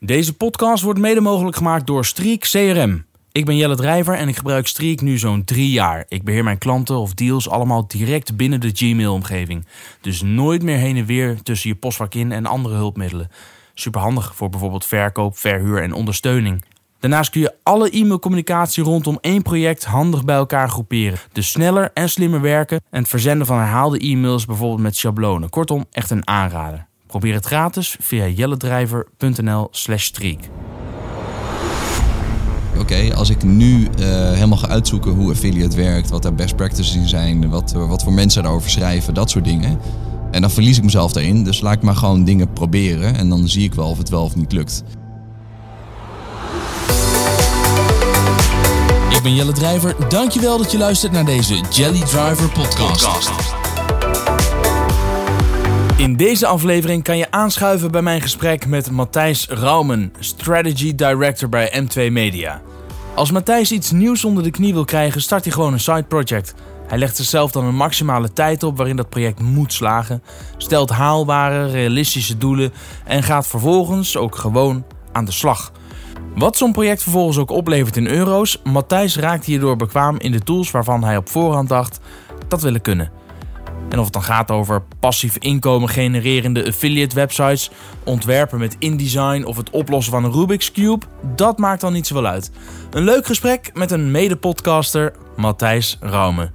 Deze podcast wordt mede mogelijk gemaakt door Streak CRM. Ik ben Jelle Drijver en ik gebruik Streak nu zo'n 3 jaar. Ik beheer mijn klanten of deals allemaal direct binnen de Gmail-omgeving. Dus nooit meer heen en weer tussen je postvak in en andere hulpmiddelen. Superhandig voor bijvoorbeeld verkoop, verhuur en ondersteuning. Daarnaast kun je alle e-mailcommunicatie rondom één project handig bij elkaar groeperen. Dus sneller en slimmer werken en het verzenden van herhaalde e-mails bijvoorbeeld met schablonen. Kortom, echt een aanrader. Probeer het gratis via jelledrijver.nl/streak. Oké, als ik nu helemaal ga uitzoeken hoe affiliate werkt, wat daar best practices in zijn, wat voor mensen daarover schrijven, dat soort dingen. En dan verlies ik mezelf daarin, dus laat ik maar gewoon dingen proberen en dan zie ik wel of het wel of niet lukt. Ik ben Jelle Drijver, dankjewel dat je luistert naar deze Jelly Driver podcast. In deze aflevering kan je aanschuiven bij mijn gesprek met Matthijs Raumen, Strategy Director bij M2 Media. Als Matthijs iets nieuws onder de knie wil krijgen, start hij gewoon een side project. Hij legt zichzelf dan een maximale tijd op waarin dat project moet slagen, stelt haalbare, realistische doelen en gaat vervolgens ook gewoon aan de slag. Wat zo'n project vervolgens ook oplevert in euro's, Matthijs raakt hierdoor bekwaam in de tools waarvan hij op voorhand dacht, dat willen kunnen. En of het dan gaat over passief inkomen genererende affiliate websites, ontwerpen met InDesign of het oplossen van een Rubik's Cube, dat maakt dan niet zoveel uit. Een leuk gesprek met een mede-podcaster, Matthijs Raumen.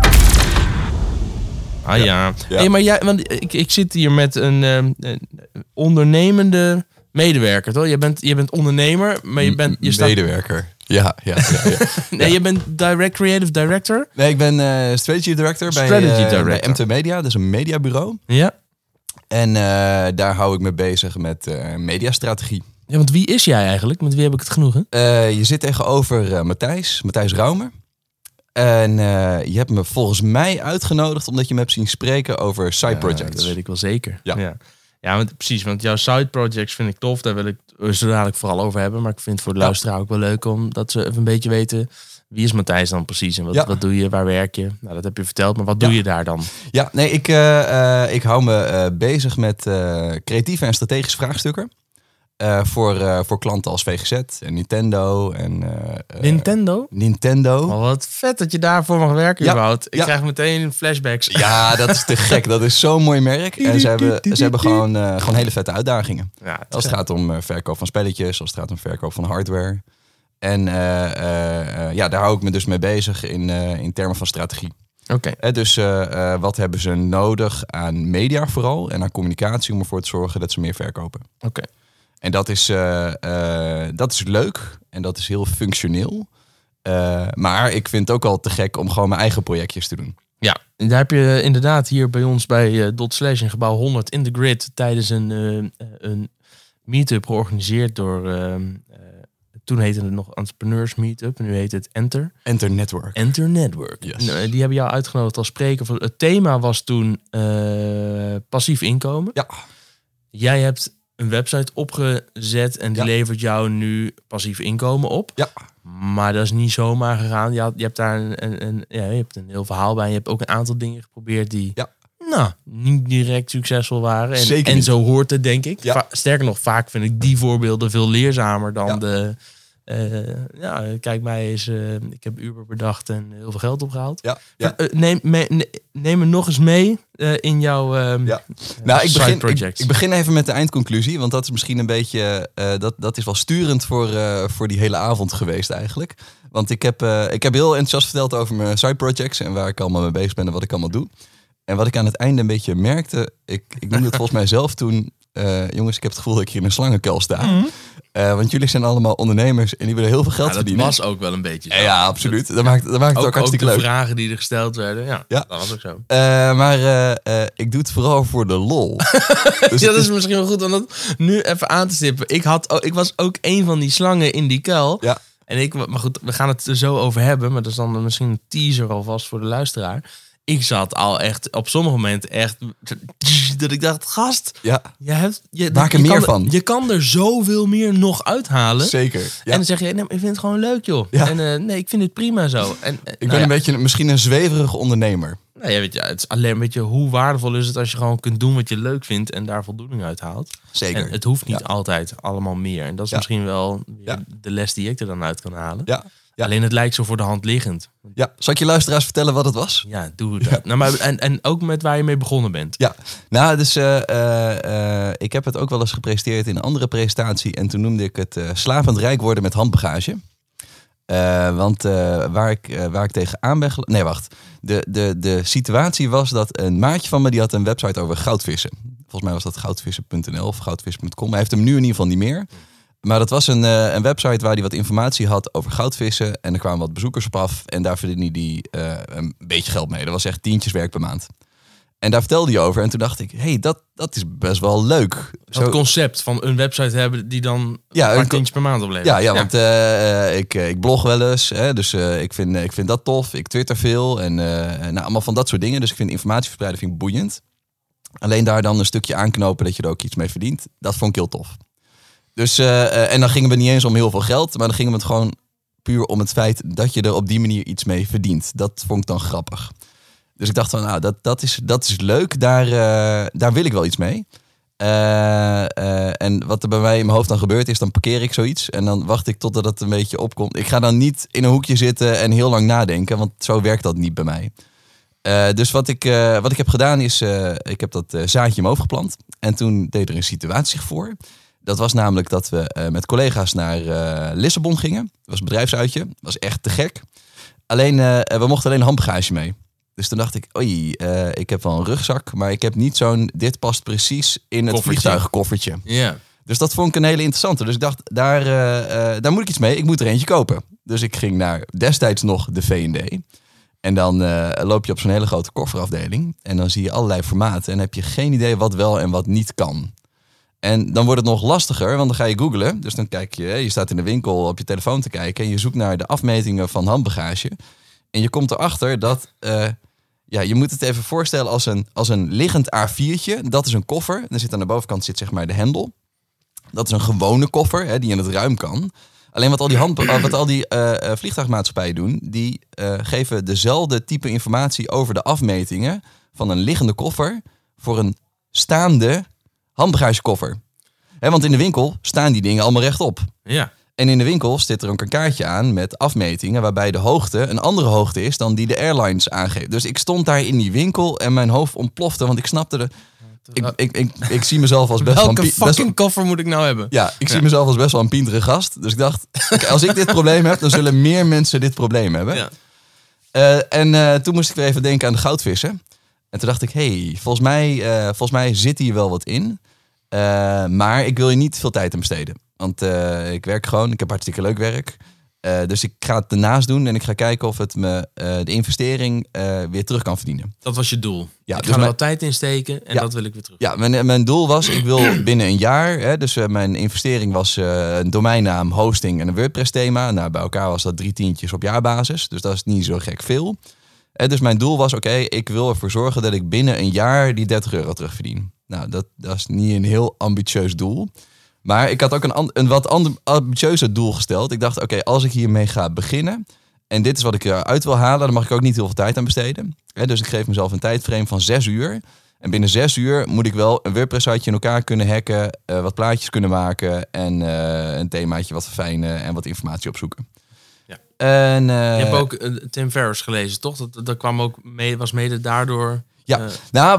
Ja. Hey, maar jij, want ik zit hier met een ondernemende medewerker, toch? Je bent ondernemer, maar je staat... Medewerker. Ja. Nee, je bent creative director? Nee, ik ben strategy director bij M2 Media, dat is een mediabureau. Ja. En daar hou ik me bezig met mediastrategie. Ja, want wie is jij eigenlijk? Met wie heb ik het genoegen? Je zit tegenover Matthijs Raumer. En je hebt me volgens mij uitgenodigd omdat je me hebt zien spreken over side projects. Dat weet ik wel zeker. Ja, Precies. Want jouw side projects vind ik tof. Daar wil ik zo dadelijk vooral over hebben. Maar ik vind het voor de luisteraar ook wel leuk omdat ze even een beetje weten, wie is Matthijs dan precies? En wat doe je? Waar werk je? Nou, dat heb je verteld. Maar wat doe je daar dan? Ja, nee, ik hou me bezig met creatieve en strategische vraagstukken. Voor klanten als VGZ en Nintendo. Nintendo. Oh, wat vet dat je daarvoor mag werken, überhaupt. Ik krijg meteen flashbacks. Ja, dat is te gek. Dat is zo'n mooi merk. En ze hebben gewoon hele vette uitdagingen. Ja, als het gaat om verkoop van spelletjes, als het gaat om verkoop van hardware. En daar hou ik me dus mee bezig in termen van strategie. Okay. Dus wat hebben ze nodig aan media vooral en aan communicatie om ervoor te zorgen dat ze meer verkopen. Oké. En dat is leuk en dat is heel functioneel. Maar ik vind het ook al te gek om gewoon mijn eigen projectjes te doen. Ja, en daar heb je inderdaad hier bij ons bij .slash in gebouw 100 in de grid tijdens een meetup georganiseerd door... toen heette het nog Entrepreneurs Meetup en nu heet het Enter Network. Yes. En, die hebben jou uitgenodigd als spreker. Het thema was toen passief inkomen. Ja. Jij hebt een website opgezet en die levert jou nu passief inkomen op. Ja. Maar dat is niet zomaar gegaan. Je hebt daar je hebt een heel verhaal bij. Je hebt ook een aantal dingen geprobeerd die niet direct succesvol waren. Zeker en niet. Zo hoort het, denk ik. Ja. Sterker nog, vaak vind ik die voorbeelden veel leerzamer dan de... kijk mij eens, ik heb Uber bedacht en heel veel geld opgehaald. Ja. Neem me nog eens mee in jouw side projects. Ik begin even met de eindconclusie, want dat is misschien een beetje, dat is wel sturend voor die hele avond geweest eigenlijk. Want ik heb heel enthousiast verteld over mijn side projects en waar ik allemaal mee bezig ben en wat ik allemaal doe. En wat ik aan het einde een beetje merkte, ik noemde het volgens mij zelf toen, jongens, ik heb het gevoel dat ik hier in een slangenkuil sta. Mm-hmm. Want jullie zijn allemaal ondernemers en die willen heel veel geld verdienen. Dat was ook wel een beetje zo. Ja, absoluut. Dat maakt het ook hartstikke leuk. Ook de vragen die er gesteld werden. Ja. Dat was ook zo. Maar ik doe het vooral voor de lol. Dus dat is misschien wel goed om dat nu even aan te stippen. Ik was ook een van die slangen in die kuil. Ja. Maar goed, we gaan het er zo over hebben. Maar dat is dan misschien een teaser alvast voor de luisteraar. Ik zat al echt op sommige momenten echt Dat ik dacht, gast, Ja, maak er je meer kan van. Je kan er zoveel meer nog uithalen. zeker. Ja. En dan zeg je, nee, ik vind het gewoon leuk, joh. Ja. En nee, ik vind het prima zo. En, Ik ben een beetje misschien een zweverige ondernemer. Nou ja, weet je, het is alleen een beetje hoe waardevol is het als je gewoon kunt doen wat je leuk vindt en daar voldoening uit haalt. Zeker. En het hoeft niet altijd allemaal meer. En dat is misschien wel Ja. de les die ik er dan uit kan halen. Ja. Ja. Alleen het lijkt zo voor de hand liggend. Ja, zal ik je luisteraars vertellen wat het was? Ja, doe het. Nou, maar, en ook met waar je mee begonnen bent. Ja, nou, dus ik heb het ook wel eens gepresenteerd in een andere presentatie. En toen noemde ik het slapend rijk worden met handbagage. Want waar ik tegenaan ben... Nee, wacht. De situatie was dat een maatje van me, die had een website over goudvissen. Volgens mij was dat goudvissen.nl of goudvissen.com. Hij heeft hem nu in ieder geval niet meer. Maar dat was een website waar hij wat informatie had over goudvissen. En er kwamen wat bezoekers op af. En daar verdiende hij een beetje geld mee. Dat was echt tientjes werk per maand. En daar vertelde hij over. En toen dacht ik, hey, dat is best wel leuk. Het concept van een website hebben die dan Ja, een paar tientjes per maand oplevert. Ja, want ik blog wel eens. Hè, dus ik vind dat tof. Ik twitter veel. En allemaal van dat soort dingen. Dus ik vind informatieverspreiden vind ik boeiend. Alleen daar dan een stukje aanknopen dat je er ook iets mee verdient. Dat vond ik heel tof. Dus, en dan gingen we niet eens om heel veel geld. Maar dan gingen we het gewoon puur om het feit dat je er op die manier iets mee verdient. Dat vond ik dan grappig. Dus ik dacht van, nou, dat is leuk. Daar wil ik wel iets mee. En wat er bij mij in mijn hoofd dan gebeurt is, dan parkeer ik zoiets. En dan wacht ik totdat het een beetje opkomt. Ik ga dan niet in een hoekje zitten en heel lang nadenken. Want zo werkt dat niet bij mij. Dus wat ik heb gedaan is, ik heb dat zaadje in mijn hoofd geplant. En toen deed er een situatie zich voor. Dat was namelijk dat we met collega's naar Lissabon gingen. Dat was een bedrijfsuitje. Dat was echt te gek. Alleen, we mochten alleen handbagage mee. Dus toen dacht ik, oei, ik heb wel een rugzak. Maar ik heb niet zo'n, dit past precies in het vliegtuigkoffertje. Ja. Dus dat vond ik een hele interessante. Dus ik dacht, daar moet ik iets mee. Ik moet er eentje kopen. Dus ik ging naar destijds nog de V&D. En dan loop je op zo'n hele grote kofferafdeling. En dan zie je allerlei formaten. En heb je geen idee wat wel en wat niet kan. En dan wordt het nog lastiger, want dan ga je googlen. Dus dan kijk je staat in de winkel op je telefoon te kijken. En je zoekt naar de afmetingen van handbagage. En je komt erachter dat, je moet het even voorstellen als een liggend A4'tje. Dat is een koffer. En er zit aan de bovenkant zeg maar de hendel. Dat is een gewone koffer, die in het ruim kan. Alleen wat al die vliegtuigmaatschappijen doen, die geven dezelfde type informatie over de afmetingen van een liggende koffer voor een staande handbagagekoffer. Want in de winkel staan die dingen allemaal rechtop. Ja. En in de winkel zit er ook een kaartje aan met afmetingen waarbij de hoogte een andere hoogte is dan die de airlines aangeeft. Dus ik stond daar in die winkel en mijn hoofd ontplofte, want ik snapte de... Ik zie mezelf als best wel Welke fucking koffer moet ik nou hebben? Ja, ik zie mezelf als best wel een pintere gast. Dus ik dacht, als ik dit probleem heb, dan zullen meer mensen dit probleem hebben. Ja. Toen moest ik weer even denken aan de goudvissen. En toen dacht ik, volgens mij zit hier wel wat in. Maar ik wil je niet veel tijd aan besteden. Want ik werk gewoon, ik heb hartstikke leuk werk. Dus ik ga het ernaast doen en ik ga kijken of het me de investering weer terug kan verdienen. Dat was je doel. Ja, ik dus ga er wat tijd in steken en dat wil ik weer terug. Ja, mijn doel was, ik wil binnen een jaar... dus mijn investering was een domeinnaam, hosting en een WordPress thema. Nou, bij elkaar was dat 3 tientjes op jaarbasis. Dus dat is niet zo gek veel. Dus mijn doel was, ik wil ervoor zorgen dat ik binnen een jaar die €30 terugverdien. Nou, dat is niet een heel ambitieus doel. Maar ik had ook een wat ambitieuzer doel gesteld. Ik dacht, als ik hiermee ga beginnen... en dit is wat ik eruit wil halen... dan mag ik ook niet heel veel tijd aan besteden. Dus ik geef mezelf een tijdframe van 6 uur. En binnen 6 uur moet ik wel een WordPress-siteje in elkaar kunnen hacken... wat plaatjes kunnen maken... en een themaatje wat verfijnen... en wat informatie opzoeken. Ja. En, je hebt ook Tim Ferriss gelezen, toch? Dat kwam ook was mede daardoor... Ja,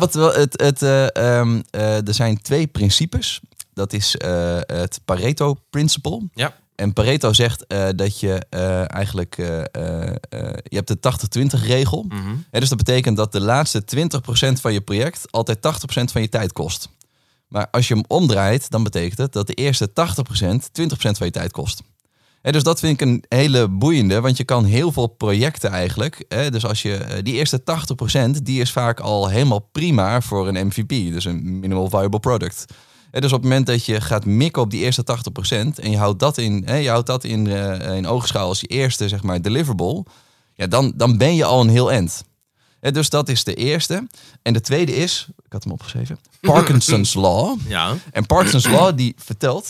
er zijn 2 principes... Dat is het Pareto-principle. Ja. En Pareto zegt dat je eigenlijk... je hebt de 80-20-regel. Mm-hmm. Dus dat betekent dat de laatste 20% van je project... altijd 80% van je tijd kost. Maar als je hem omdraait, dan betekent het... dat de eerste 80% 20% van je tijd kost. Dus dat vind ik een hele boeiende... want je kan heel veel projecten eigenlijk... dus als je die eerste 80%... die is vaak al helemaal prima voor een MVP. Dus een minimal viable product... Dus op het moment dat je gaat mikken op die eerste 80% en je houdt dat in oogschouw als je eerste, zeg maar, deliverable, dan ben je al een heel end. Dus dat is de eerste. En de tweede is, ik had hem opgeschreven, Parkinson's Law. Ja. En Parkinson's Law die vertelt...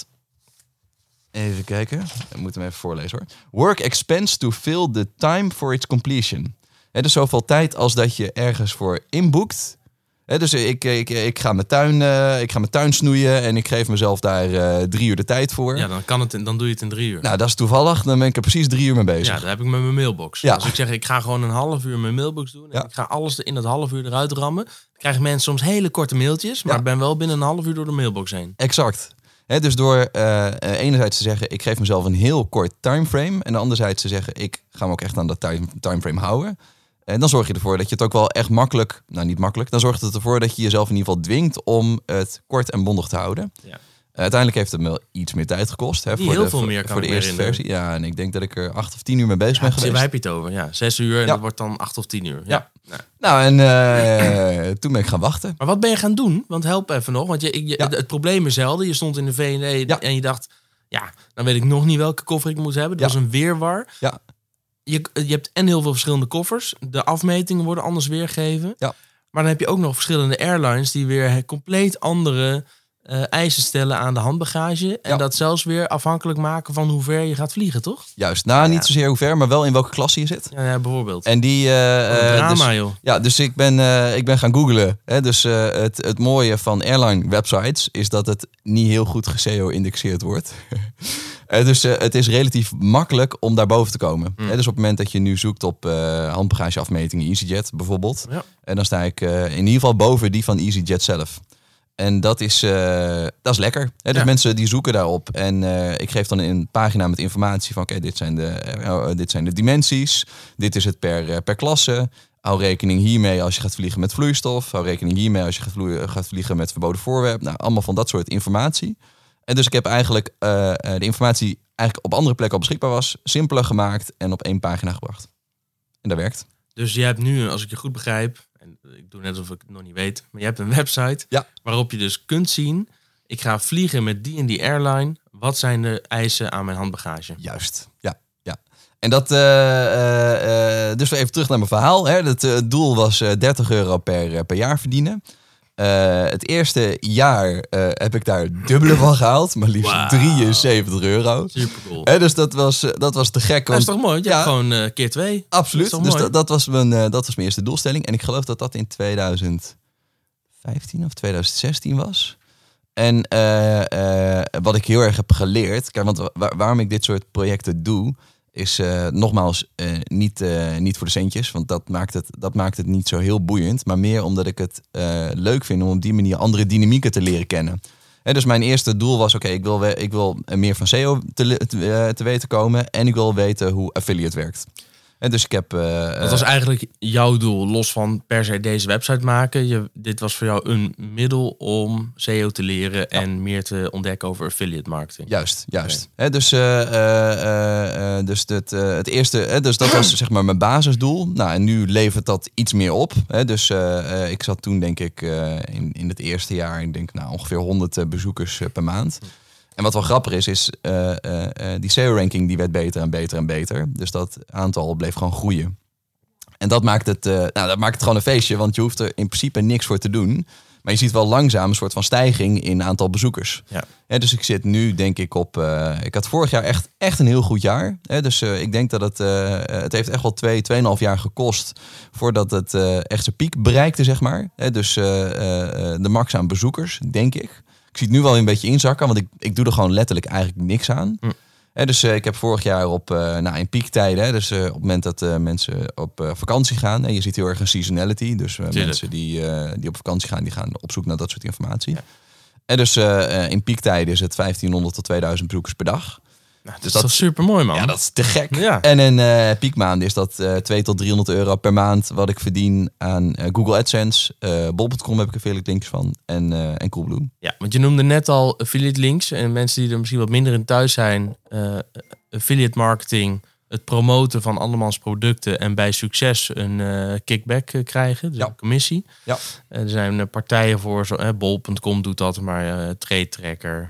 Even kijken, ik moet hem even voorlezen hoor. Work expense to fill the time for its completion. Dus zoveel tijd als dat je ergens voor inboekt. Dus ik ga mijn tuin snoeien en ik geef mezelf daar 3 uur de tijd voor. Ja, dan doe je het in 3 uur. Nou, dat is toevallig. Dan ben ik er precies 3 uur mee bezig. Ja, dat heb ik met mijn mailbox. Ja. Als ik zeg, ik ga gewoon een half uur mijn mailbox doen... en ik ga alles in dat half uur eruit rammen... dan krijgen mensen soms hele korte mailtjes... maar ik ben wel binnen een half uur door de mailbox heen. Exact. Dus door enerzijds te zeggen, ik geef mezelf een heel kort timeframe... en anderzijds te zeggen, ik ga me ook echt aan dat timeframe houden... En dan zorg je ervoor dat je het ook wel echt makkelijk... Nou, niet makkelijk. Dan zorgt het ervoor dat je jezelf in ieder geval dwingt... om het kort en bondig te houden. Ja. Uiteindelijk heeft het me wel iets meer tijd gekost. Hè, voor de eerste versie. Ja, en ik denk dat ik er 8 of 10 uur mee bezig ben geweest. Waar heb je het over? Ja, 6 uur en dat wordt dan 8 of 10 uur. Ja. Nou, en toen ben ik gaan wachten. Maar wat ben je gaan doen? Want help even nog. Want het probleem is helder. Je stond in de V&D en je dacht... Ja, dan weet ik nog niet welke koffer ik moet hebben. Dat was een weerwar. Ja. Je hebt en heel veel verschillende koffers. De afmetingen worden anders weergegeven. Ja. Maar dan heb je ook nog verschillende airlines... die weer compleet andere eisen stellen aan de handbagage. En dat zelfs weer afhankelijk maken van hoe ver je gaat vliegen, toch? Juist. Nou, niet zozeer hoe ver, maar wel in welke klasse je zit. Ja, bijvoorbeeld. En die... drama, joh. Ja, dus ik ben gaan googlen. Dus het mooie van airline websites... is dat het niet heel goed SEO-indexeerd wordt. Dus het is relatief makkelijk om daarboven te komen. Dus op het moment dat je nu zoekt op handbagageafmetingen EasyJet bijvoorbeeld... Ja. En dan sta ik in ieder geval boven die van EasyJet zelf. En dat is lekker. Dus mensen die zoeken daarop. En ik geef dan een pagina met informatie van... Oké, dit zijn de dimensies. Dit is het per klasse. Hou rekening hiermee als je gaat vliegen met vloeistof. Hou rekening hiermee als je gaat vliegen met verboden voorwerp. Nou, allemaal van dat soort informatie. En dus ik heb eigenlijk de informatie die eigenlijk op andere plekken al beschikbaar was... simpeler gemaakt en op 1 pagina gebracht. En dat werkt. Dus je hebt nu, als ik je goed begrijp... en ik doe net alsof ik het nog niet weet... maar je hebt een website waarop je dus kunt zien... ik ga vliegen met die en die airline... wat zijn de eisen aan mijn handbagage? Juist, ja. En dat, dus even terug naar mijn verhaal. Het doel was €30 per jaar verdienen. Het eerste jaar heb ik daar het dubbele van gehaald. Maar liefst €73. Super cool. Dus dat was te gek. Dat is toch mooi? Je hebt gewoon keer 2. Absoluut. Dat dus dat was mijn eerste doelstelling. En ik geloof dat dat in 2015 of 2016 was. En wat ik heel erg heb geleerd... Kijk, want waarom ik dit soort projecten doe... is nogmaals niet voor de centjes. Want dat maakt het niet zo heel boeiend. Maar meer omdat ik het leuk vind om op die manier andere dynamieken te leren kennen. Dus mijn eerste doel was, ik wil meer van SEO te weten komen. En ik wil weten hoe affiliate werkt. En dus ik heb... dat was eigenlijk jouw doel, los van per se deze website maken. Dit was voor jou een middel om SEO te leren en meer te ontdekken over affiliate marketing. Juist. Okay. Dus het eerste, dus dat was zeg maar mijn basisdoel. Nou, en nu levert dat iets meer op. Dus ik zat toen denk ik in het eerste jaar, ik denk ongeveer 100 bezoekers per maand. En wat wel grappig is die SEO-ranking die werd beter en beter en beter. Dus dat aantal bleef gewoon groeien. En dat maakt het gewoon een feestje, want je hoeft er in principe niks voor te doen. Maar je ziet wel langzaam een soort van stijging in aantal bezoekers. Ja, dus ik zit nu denk ik op... ik had vorig jaar echt een heel goed jaar. Dus ik denk dat het heeft echt wel 2,5 jaar gekost... voordat het echt zijn piek bereikte, zeg maar. Dus de max aan bezoekers, denk ik. Ik zie het nu wel een beetje inzakken, want ik doe er gewoon letterlijk eigenlijk niks aan. Dus ik heb vorig jaar in piektijden, dus op het moment dat mensen op vakantie gaan. Je ziet heel erg een seasonality, dus mensen die op vakantie gaan, die gaan op zoek naar dat soort informatie. Ja. En dus in piektijden is het 1500 tot 2000 bezoekers per dag. Nou, dus dat is super mooi, man. Ja, dat is te gek. Ja. En in piekmaanden is dat €200 tot €300 per maand wat ik verdien aan Google AdSense. Bol.com heb ik affiliate links van. En Coolblue. Ja, want je noemde net al affiliate links. En mensen die er misschien wat minder in thuis zijn. Affiliate marketing, het promoten van andermans producten. En bij succes een kickback krijgen. Dus een commissie. Ja. Er zijn partijen voor. Bol.com doet dat, maar Trade Tracker.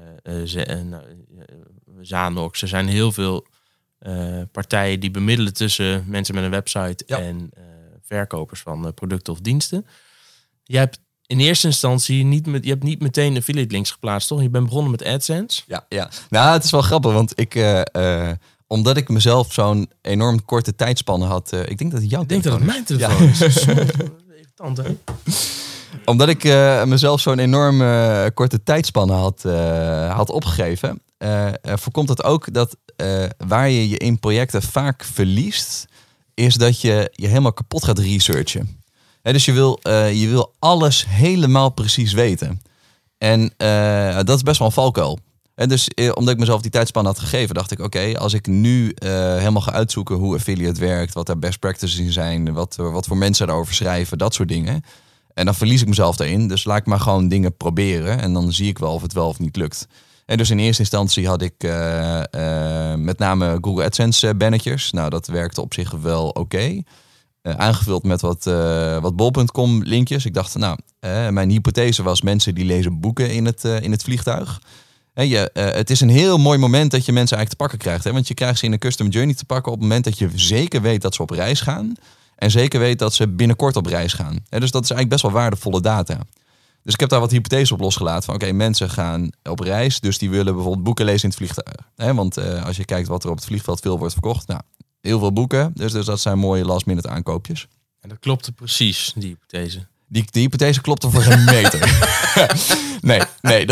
Zanox. Er zijn heel veel partijen die bemiddelen tussen mensen met een website en verkopers van producten of diensten. Je hebt in eerste instantie je hebt niet meteen affiliate links geplaatst, toch? Je bent begonnen met AdSense. Ja. Nou, het is wel grappig, want omdat ik mezelf zo'n enorm korte tijdspanne had. Ik denk dat het jouw telefoon is. Mijn telefoon is. Irritant, hè? Omdat ik mezelf zo'n enorm korte tijdspanne had opgegeven, voorkomt het ook dat waar je je in projecten vaak verliest, is dat je helemaal kapot gaat researchen. Dus je wil alles helemaal precies weten. En dat is best wel een valkuil. Dus omdat ik mezelf die tijdspanne had gegeven, dacht ik, oké, als ik nu helemaal ga uitzoeken hoe affiliate werkt, wat daar best practices in zijn, wat voor mensen daarover schrijven, dat soort dingen. En dan verlies ik mezelf daarin. Dus laat ik maar gewoon dingen proberen. En dan zie ik wel of het wel of niet lukt. En dus in eerste instantie had ik met name Google AdSense bannetjes. Nou, dat werkte op zich wel oké. Aangevuld met wat bol.com linkjes. Ik dacht, mijn hypothese was mensen die lezen boeken in het vliegtuig. Het is een heel mooi moment dat je mensen eigenlijk te pakken krijgt. Want je krijgt ze in een custom journey te pakken op het moment dat je zeker weet dat ze op reis gaan. En zeker weet dat ze binnenkort op reis gaan. Dus dat is eigenlijk best wel waardevolle data. Dus ik heb daar wat hypotheses op losgelaten. Van oké, mensen gaan op reis. Dus die willen bijvoorbeeld boeken lezen in het vliegtuig. Want als je kijkt wat er op het vliegveld veel wordt verkocht. Nou, heel veel boeken. Dus dat zijn mooie last minute aankoopjes. En dat klopte precies, die hypothese. Die hypothese klopte voor geen meter. Nee,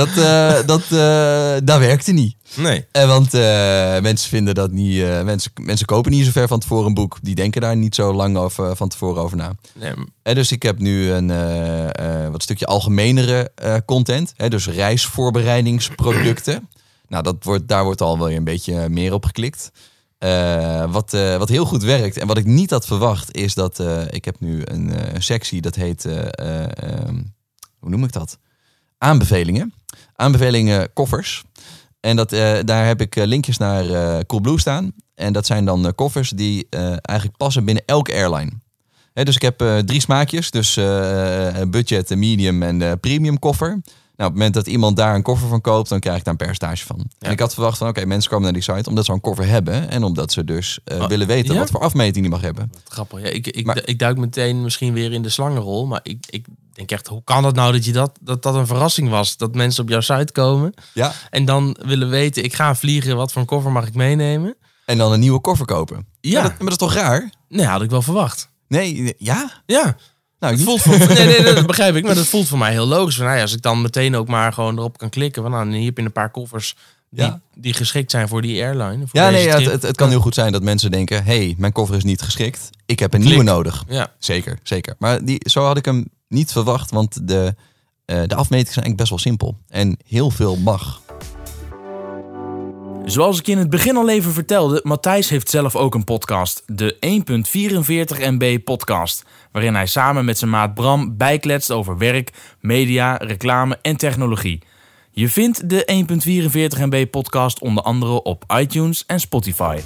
dat werkte niet. Nee. Want mensen vinden dat niet. Mensen kopen niet zo ver van tevoren een boek. Die denken daar niet zo lang van tevoren over na. Nee. Dus ik heb nu een wat stukje algemenere content. Dus reisvoorbereidingsproducten. Nou, daar wordt al wel een beetje meer op geklikt. Wat heel goed werkt en wat ik niet had verwacht is dat ik heb nu een sectie dat heet, hoe noem ik dat? Aanbevelingen koffers. En daar heb ik linkjes naar Coolblue staan. En dat zijn dan koffers die eigenlijk passen binnen elke airline. Dus ik heb 3 smaakjes, dus budget, medium en premium koffer. Nou, op het moment dat iemand daar een koffer van koopt, dan krijg ik daar een percentage van. Ja. En ik had verwacht van, oké, mensen komen naar die site omdat ze een koffer hebben. En omdat ze dus willen weten wat voor afmeting die mag hebben. Wat grappig. Ja, ik duik meteen misschien weer in de slangenrol. Maar ik denk echt, hoe kan dat nou dat een verrassing was? Dat mensen op jouw site komen. Ja. En dan willen weten, ik ga vliegen, wat voor een koffer mag ik meenemen? En dan een nieuwe koffer kopen. Ja. Maar dat is toch raar? Nee, had ik wel verwacht. Nee, ja? Ja. Nou, het voelt voor, nee, dat begrijp ik. Maar dat voelt voor mij heel logisch. Van, als ik dan meteen ook maar gewoon erop kan klikken. Van, hier heb je een paar koffers die geschikt zijn voor die airline. Voor het kan heel goed zijn dat mensen denken, hey, mijn koffer is niet geschikt. Ik heb een nieuwe nodig. Ja. Zeker. Maar zo had ik hem niet verwacht. Want de afmetingen zijn eigenlijk best wel simpel. En heel veel mag. Zoals ik in het begin al even vertelde, Matthijs heeft zelf ook een podcast, de 1.44 MB podcast, waarin hij samen met zijn maat Bram bijkletst over werk, media, reclame en technologie. Je vindt de 1.44 MB podcast onder andere op iTunes en Spotify.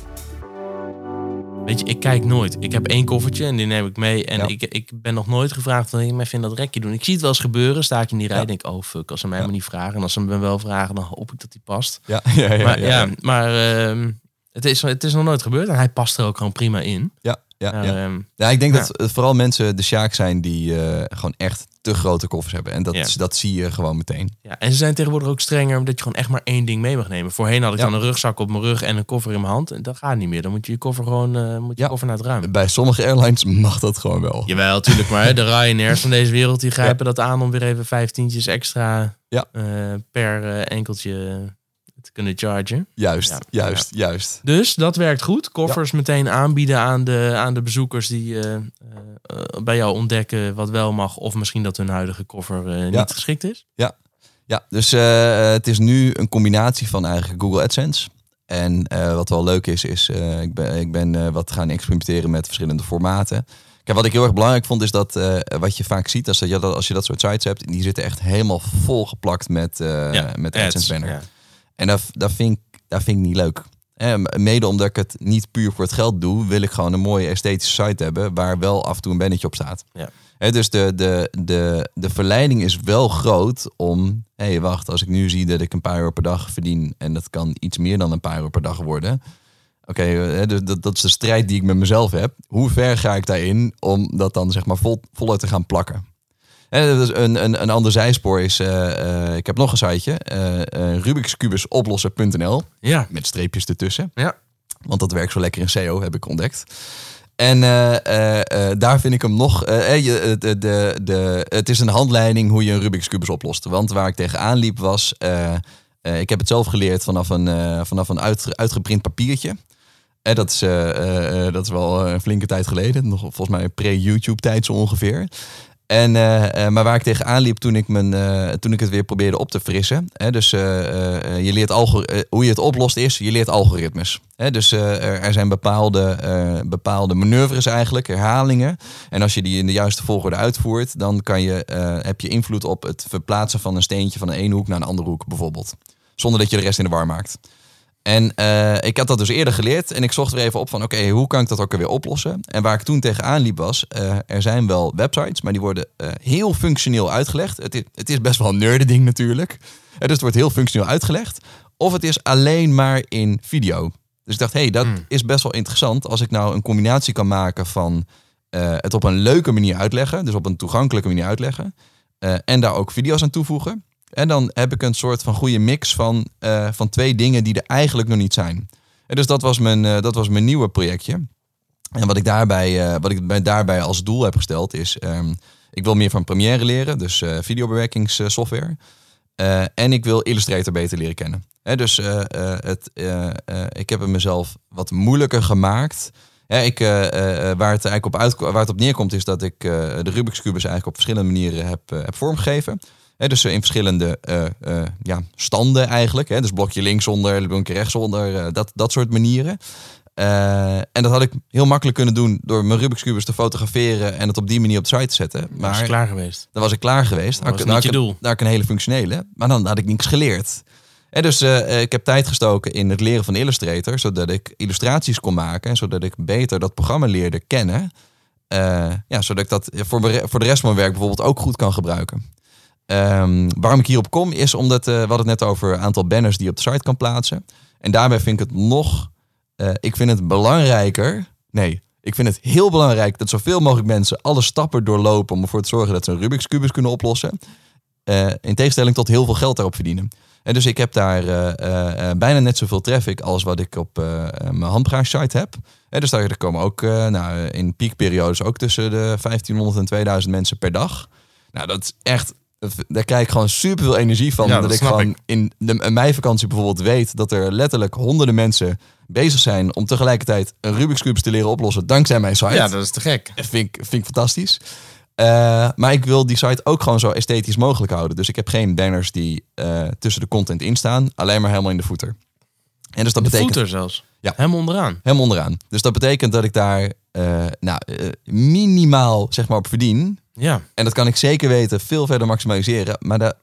Weet je, ik kijk nooit. Ik heb 1 koffertje en die neem ik mee. En ik ben nog nooit gevraagd van, ik vind dat rekje doen. Ik zie het wel eens gebeuren. Sta ik in die rij en denk, oh fuck, als ze mij maar niet vragen. En als ze me wel vragen, dan hoop ik dat die past. Maar het is nog nooit gebeurd. En hij past er ook gewoon prima in. Ja, ik denk dat vooral mensen de sjaak zijn die gewoon echt te grote koffers hebben. En dat zie je gewoon meteen. Ja, en ze zijn tegenwoordig ook strenger omdat je gewoon echt maar 1 ding mee mag nemen. Voorheen had ik dan een rugzak op mijn rug en een koffer in mijn hand. En dat gaat niet meer. Dan moet je koffer gewoon koffer naar het ruim. Bij sommige airlines mag dat gewoon wel. Jawel, natuurlijk. Maar de Ryanairs van deze wereld die grijpen dat aan om weer even 15 extra per enkeltje te kunnen chargen. Juist. Dus dat werkt goed. Koffers meteen aanbieden aan de bezoekers die bij jou ontdekken wat wel mag. Of misschien dat hun huidige koffer niet geschikt is. Ja, dus het is nu een combinatie van eigenlijk Google AdSense. En wat wel leuk is ik ben wat gaan experimenteren met verschillende formaten. Kijk, wat ik heel erg belangrijk vond is dat wat je vaak ziet, als je dat soort sites hebt, die zitten echt helemaal volgeplakt met AdSense banner. Ja. En dat vind ik niet leuk. Mede omdat ik het niet puur voor het geld doe, wil ik gewoon een mooie esthetische site hebben waar wel af en toe een bannetje op staat. Ja. Dus de verleiding is wel groot om, wacht, als ik nu zie dat ik een paar euro per dag verdien en dat kan iets meer dan een paar euro per dag worden, Oké, dus dat is de strijd die ik met mezelf heb. Hoe ver ga ik daarin om dat dan zeg maar voluit te gaan plakken? En dus een ander zijspoor is, ik heb nog een siteje, rubikscubusoplossen.nl. Ja. Met streepjes ertussen. Ja. Want dat werkt zo lekker in SEO, heb ik ontdekt. En daar vind ik hem nog... het is een handleiding hoe je een Rubik's Cubus oplost. Want waar ik tegenaan liep was... ik heb het zelf geleerd vanaf een uitgeprint papiertje. Dat is wel een flinke tijd geleden. Nog volgens mij pre-YouTube tijd zo ongeveer. Maar waar ik tegenaan liep toen ik het weer probeerde op te frissen. Dus je leert hoe je het oplost is, je leert algoritmes. Dus er zijn bepaalde manoeuvres eigenlijk, herhalingen. En als je die in de juiste volgorde uitvoert, dan heb je invloed op het verplaatsen van een steentje van de ene hoek naar een andere hoek bijvoorbeeld. Zonder dat je de rest in de war maakt. En ik had dat dus eerder geleerd en ik zocht weer even op van oké, hoe kan ik dat ook weer oplossen? En waar ik toen tegenaan liep was, er zijn wel websites, maar die worden heel functioneel uitgelegd. Het is best wel een nerdending natuurlijk. Dus het wordt heel functioneel uitgelegd. Of het is alleen maar in video. Dus ik dacht, dat is best wel interessant als ik nou een combinatie kan maken van het op een leuke manier uitleggen. Dus op een toegankelijke manier uitleggen. En daar ook video's aan toevoegen. En dan heb ik een soort van goede mix van twee dingen die er eigenlijk nog niet zijn. En dus dat was mijn nieuwe projectje. En wat ik daarbij als doel heb gesteld is... ik wil meer van Premiere leren, dus videobewerkingssoftware. En ik wil Illustrator beter leren kennen. Dus ik heb het mezelf wat moeilijker gemaakt... waar het op neerkomt is dat ik de Rubik's Cubus eigenlijk op verschillende manieren heb vormgegeven. Dus in verschillende standen eigenlijk. Dus blokje linksonder, blokje rechtsonder, dat soort manieren. En dat had ik heel makkelijk kunnen doen door mijn Rubik's Cubus te fotograferen en het op die manier op de site te zetten. Maar was je klaar geweest? Dan was ik klaar geweest. Dat was niet je doel. Daar had ik een hele functionele, maar dan had ik niks geleerd. Dus ik heb tijd gestoken in het leren van Illustrator, zodat ik illustraties kon maken en zodat ik beter dat programma leerde kennen. Zodat ik dat voor de rest van mijn werk bijvoorbeeld ook goed kan gebruiken. Waarom ik hierop kom is omdat we hadden het net over een aantal banners die je op de site kan plaatsen. En daarbij vind ik het ik vind het belangrijker. Nee, ik vind het heel belangrijk dat zoveel mogelijk mensen alle stappen doorlopen om ervoor te zorgen dat ze een Rubik's Cubus kunnen oplossen. In tegenstelling tot heel veel geld daarop verdienen. En dus ik heb daar bijna net zoveel traffic als wat ik op mijn handbruiksite heb. Dus daar komen ook in piekperiodes ook tussen de 1500 en 2000 mensen per dag. Nou, dat is echt... Daar krijg ik gewoon super veel energie van. Ja, dat ik gewoon in de meivakantie bijvoorbeeld weet dat er letterlijk honderden mensen bezig zijn om tegelijkertijd een Rubik's Cubus te leren oplossen dankzij mijn site. Ja, dat is te gek. Vind ik fantastisch. Maar ik wil die site ook gewoon zo esthetisch mogelijk houden. Dus ik heb geen banners die tussen de content in staan. Alleen maar helemaal in de footer. En dus dat betekent footer zelfs? Ja. Helemaal onderaan? Helemaal onderaan. Dus dat betekent dat ik daar minimaal zeg maar op verdien. Ja. En dat kan ik zeker weten veel verder maximaliseren. Maar daar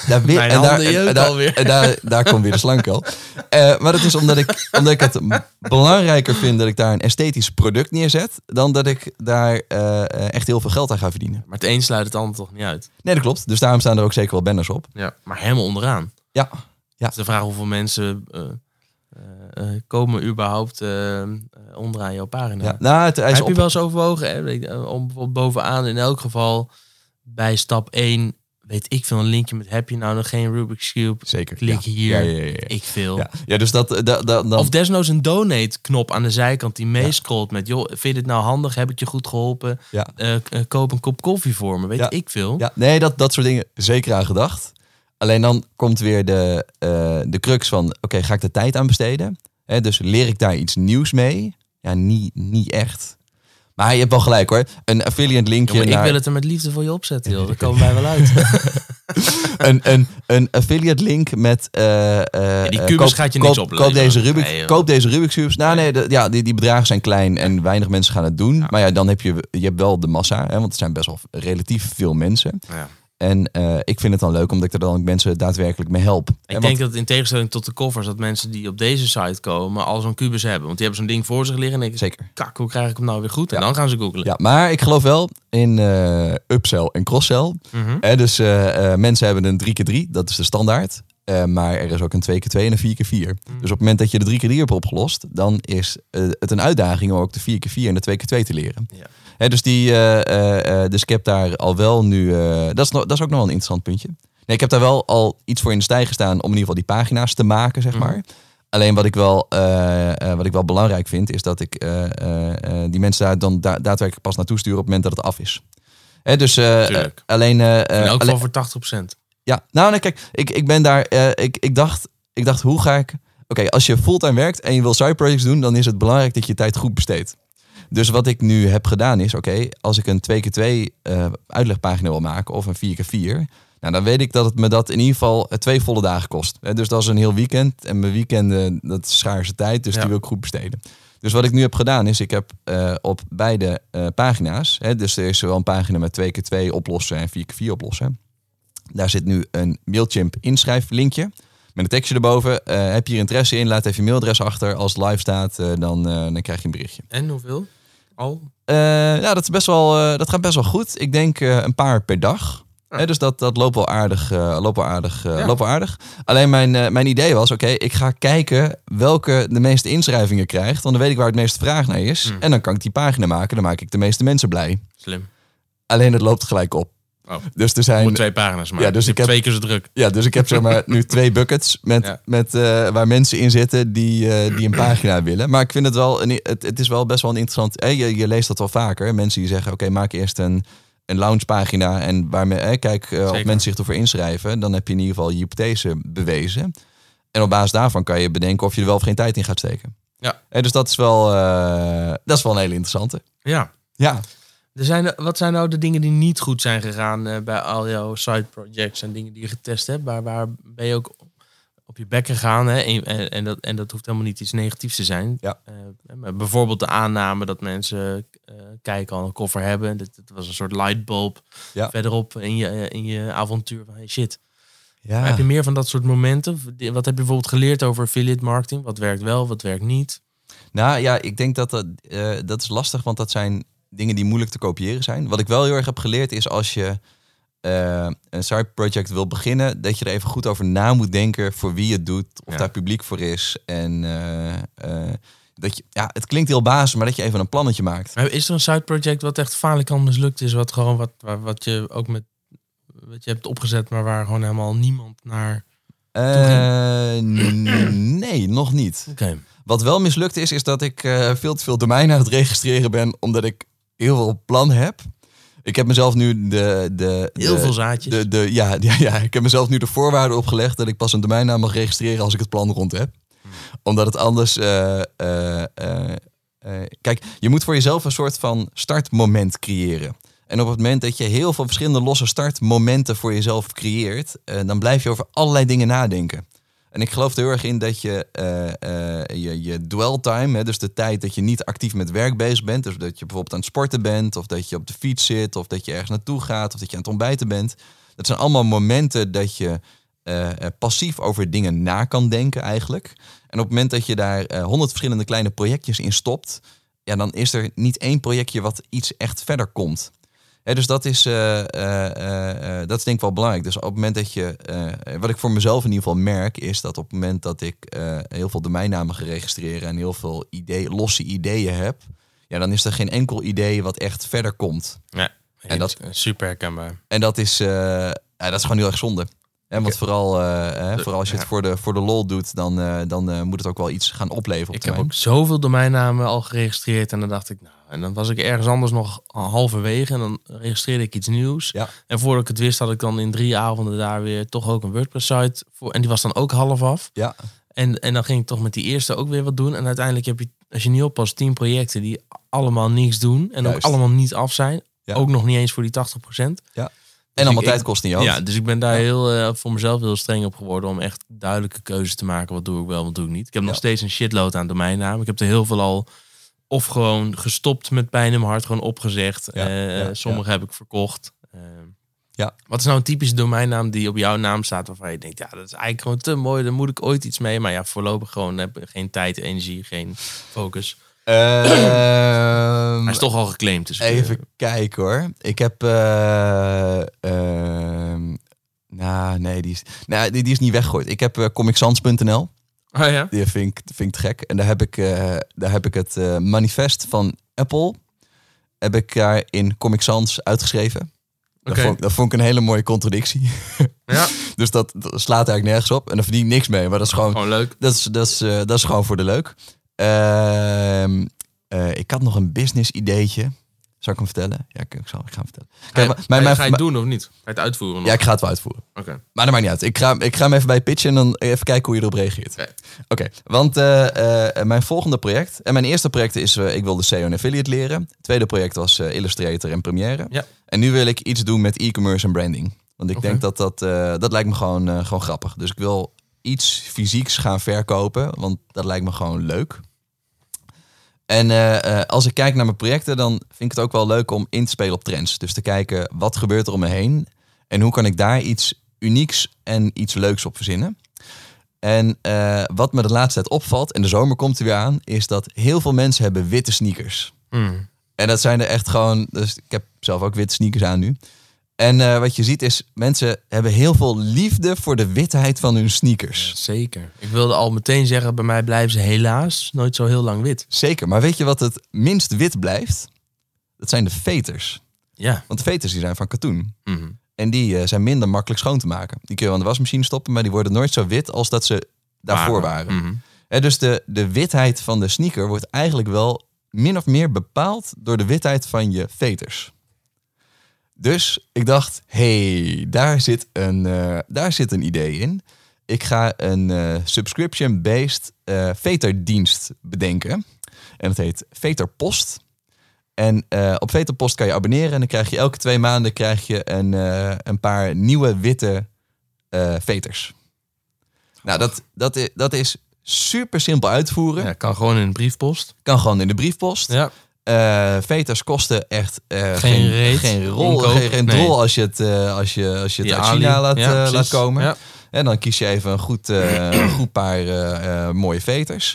komt weer de slankel. Maar dat is omdat ik het belangrijker vind dat ik daar een esthetisch product neerzet, dan dat ik daar echt heel veel geld aan ga verdienen. Maar het een sluit het ander toch niet uit? Nee, dat klopt. Dus daarom staan er ook zeker wel banners op. Ja, maar helemaal onderaan. Ja. Dus de vraag hoeveel mensen komen überhaupt onderaan jouw pagina. Ja, nou, heb je wel eens overwogen om bijvoorbeeld bovenaan in elk geval bij stap 1, weet ik veel, een linkje met heb je nou nog geen Rubik's Cube? Zeker. Klik hier, Ja. ik veel. Ja, dus dan... Of desnoods een donate knop aan de zijkant die meescrolt met joh, vind je dit nou handig? Heb ik je goed geholpen? Ja. Koop een kop koffie voor me, weet ik veel. Ja, nee, dat soort dingen zeker aan gedacht. Alleen dan komt weer de crux van, oké, ga ik de tijd aan besteden? Dus leer ik daar iets nieuws mee? Ja, niet echt. Maar je hebt wel gelijk hoor. Een affiliate linkje Ik wil het er met liefde voor je opzetten, joh. Dat komen wij wel uit. een affiliate link met... die kubus gaat je niks opleveren. Koop deze Rubik's Cubes. Nou nee, die bedragen zijn klein en weinig mensen gaan het doen. Ja. Maar ja, dan heb je hebt wel de massa. Want het zijn best wel relatief veel mensen. Ja. En ik vind het dan leuk omdat ik er dan ook mensen daadwerkelijk mee help. Ik denk dat in tegenstelling tot de covers, dat mensen die op deze site komen al zo'n kubus hebben. Want die hebben zo'n ding voor zich liggen en denken, zeker. Kak, hoe krijg ik hem nou weer goed? En dan gaan ze googlen. Ja, maar ik geloof wel in upsell en crosssell. Mm-hmm. Dus mensen hebben een 3x3, dat is de standaard. Maar er is ook een 2x2 en een 4x4. Dus op het moment dat je de 3x3 hebt opgelost, dan is het een uitdaging om ook de 4x4 en de 2x2 te leren. Ja. Dus dus ik heb daar al wel nu... dat is ook nog wel een interessant puntje. Nee, ik heb daar wel al iets voor in de stijger gestaan om in ieder geval die pagina's te maken, zeg maar. Alleen wat ik wel belangrijk vind, is dat ik die mensen daar dan daadwerkelijk pas naartoe sturen op het moment dat het af is. Dus alleen... in elk geval voor 80%. Ja, nou nee, kijk, ik ben daar... Ik dacht, hoe ga ik... Oké, als je fulltime werkt en je wil side projects doen, dan is het belangrijk dat je tijd goed besteedt. Dus wat ik nu heb gedaan is, als ik een 2x2 uitlegpagina wil maken of een 4x4... Nou, dan weet ik dat het me dat in ieder geval 2 volle dagen kost. Dus dat is een heel weekend. En mijn weekenden, dat is schaarse tijd, dus die wil ik goed besteden. Dus wat ik nu heb gedaan is, ik heb op beide pagina's... dus er is zowel een pagina met 2x2 oplossen en 4x4 oplossen. Daar zit nu een Mailchimp inschrijflinkje met een tekstje erboven. Heb je hier interesse in, laat even je mailadres achter. Als het live staat, dan krijg je een berichtje. En hoeveel? Al? Dat gaat best wel goed. Ik denk een paar per dag. Dus dat loopt wel aardig. Alleen mijn idee was, ik ga kijken welke de meeste inschrijvingen krijgt. Want dan weet ik waar het meeste vraag naar is. En dan kan ik die pagina maken. Dan maak ik de meeste mensen blij. Slim. Alleen het loopt gelijk op. Oh. Dus er zijn... moet 2 pagina's maken. Ja, dus ik heb 2 keer zo druk. Ja, dus ik heb zeg maar nu 2 buckets met waar mensen in zitten die een pagina willen. Maar ik vind het wel, het is wel best wel een interessant... Je leest dat wel vaker. Mensen die zeggen, maak eerst een launchpagina en waarmee of mensen zich ervoor inschrijven. Dan heb je in ieder geval je hypothese bewezen. En op basis daarvan kan je bedenken of je er wel of geen tijd in gaat steken. Ja. Dus dat is wel een hele interessante. Ja. Ja. Wat zijn nou de dingen die niet goed zijn gegaan bij al jouw side projects en dingen die je getest hebt? Waar ben je ook op je bek gegaan? Hè? En dat hoeft helemaal niet iets negatiefs te zijn. Ja. Bijvoorbeeld de aanname dat mensen kijken al een koffer hebben. Dat was een soort lightbulb verderop in je avontuur van hey shit. Ja. Heb je meer van dat soort momenten? Wat heb je bijvoorbeeld geleerd over affiliate marketing? Wat werkt wel, wat werkt niet? Nou ja, ik denk dat is lastig, want dat zijn dingen die moeilijk te kopiëren zijn. Wat ik wel heel erg heb geleerd is als je een side project wil beginnen, dat je er even goed over na moet denken voor wie het doet, of daar publiek voor is. En dat je, het klinkt heel basis, maar dat je even een plannetje maakt. Maar is er een side project wat echt falikant mislukt is, wat je ook met wat je hebt opgezet, maar waar gewoon helemaal niemand naar nee, nog niet. Okay. Wat wel mislukt is dat ik veel te veel domeinen aan het registreren ben, omdat ik heel veel plan heb. Ik heb mezelf nu heel veel zaadjes. Ik heb mezelf nu de voorwaarden opgelegd dat ik pas een domeinnaam mag registreren als ik het plan rond heb. Omdat het anders... kijk, je moet voor jezelf een soort van startmoment creëren. En op het moment dat je heel veel verschillende losse startmomenten voor jezelf creëert, dan blijf je over allerlei dingen nadenken. En ik geloof er heel erg in dat je dwell time, dus de tijd dat je niet actief met werk bezig bent, dus dat je bijvoorbeeld aan het sporten bent, of dat je op de fiets zit, of dat je ergens naartoe gaat, of dat je aan het ontbijten bent. Dat zijn allemaal momenten dat je passief over dingen na kan denken eigenlijk. En op het moment dat je daar 100 verschillende kleine projectjes in stopt, dan is er niet één projectje wat iets echt verder komt. Dus dat is denk ik wel belangrijk. Dus op het moment dat je... wat ik voor mezelf in ieder geval merk, is dat op het moment dat ik heel veel domeinnamen ga registreren en heel veel losse ideeën heb, dan is er geen enkel idee wat echt verder komt. Ja, en dat super herkenbaar. En dat is gewoon heel erg zonde. Want vooral als je het voor de lol doet, dan moet het ook wel iets gaan opleveren. Ik heb ook zoveel domeinnamen al geregistreerd en dan dacht ik, en dan was ik ergens anders nog halverwege en dan registreerde ik iets nieuws. Ja. En voordat ik het wist, had ik dan in 3 avonden daar weer toch ook een WordPress-site voor. En die was dan ook half af. Ja. En dan ging ik toch met die eerste ook weer wat doen. En uiteindelijk heb je, als je niet oppast, 10 projecten die allemaal niks doen en ook allemaal niet af zijn. Ja. Ook nog niet eens voor die 80%. Ja. En allemaal tijd kost in je hoofd. Ja, dus ik ben daar heel voor mezelf heel streng op geworden om echt duidelijke keuzes te maken. Wat doe ik wel, wat doe ik niet. Ik heb nog steeds een shitload aan domeinnamen. Ik heb er heel veel al of gewoon gestopt met pijn in mijn hart, gewoon opgezegd. Sommige heb ik verkocht. Wat is nou een typische domeinnaam die op jouw naam staat waarvan je denkt, dat is eigenlijk gewoon te mooi, daar moet ik ooit iets mee. Maar voorlopig gewoon heb ik geen tijd, energie, geen focus. Hij is toch al geclaimd. Dus even kijken hoor. Ik heb Nee, die is niet weggegooid. Ik heb comicsans.nl. Oh ja? Die vind ik te gek. En daar heb ik het manifest van Apple heb ik daar in Comic Sans uitgeschreven. Okay. Dat vond ik een hele mooie contradictie. Ja. Dus dat slaat eigenlijk nergens op. En daar verdien ik niks mee. Maar dat is gewoon leuk. Dat is gewoon voor de leuk. Ik had nog een business ideetje. Zal ik hem vertellen? Ja, ik ga hem vertellen. Ga je het doen of niet? Ga je het uitvoeren? Ja, ik ga het wel uitvoeren. Okay. Maar dat maakt niet uit. Ik ga hem even bij pitchen en dan even kijken hoe je erop reageert. Oké. Want mijn volgende project... En mijn eerste project is... ik wilde SEO en affiliate leren. Het tweede project was Illustrator en Premiere. Ja. En nu wil ik iets doen met e-commerce en branding. Want ik denk dat lijkt me gewoon grappig. Dus ik wil iets fysieks gaan verkopen. Want dat lijkt me gewoon leuk. En als ik kijk naar mijn projecten, dan vind ik het ook wel leuk om in te spelen op trends. Dus te kijken, wat gebeurt er om me heen? En hoe kan ik daar iets unieks en iets leuks op verzinnen? En wat me de laatste tijd opvalt, en de zomer komt er weer aan, is dat heel veel mensen hebben witte sneakers. En dat zijn er echt gewoon... Dus ik heb zelf ook witte sneakers aan nu. En wat je ziet is, mensen hebben heel veel liefde voor de witheid van hun sneakers. Ja, zeker. Ik wilde al meteen zeggen, bij mij blijven ze helaas nooit zo heel lang wit. Zeker, maar weet je wat het minst wit blijft? Dat zijn de veters. Ja. Want de veters die zijn van katoen. Mm-hmm. En die zijn minder makkelijk schoon te maken. Die kun je aan de wasmachine stoppen, maar die worden nooit zo wit als dat ze daarvoor waren. Mm-hmm. En dus de witheid van de sneaker wordt eigenlijk wel min of meer bepaald door de witheid van je veters. Dus ik dacht, daar zit een idee in. Ik ga een subscription-based veterdienst bedenken. En dat heet Veterpost. En op Veterpost kan je abonneren. En dan krijg je elke 2 maanden een paar nieuwe witte veters. Nou, dat is super simpel uitvoeren. Ja, kan gewoon in de briefpost. Kan gewoon in de briefpost. Ja. Veters kosten echt geen drol als je het uit China laat komen. Ja. En dan kies je even een goed paar mooie veters.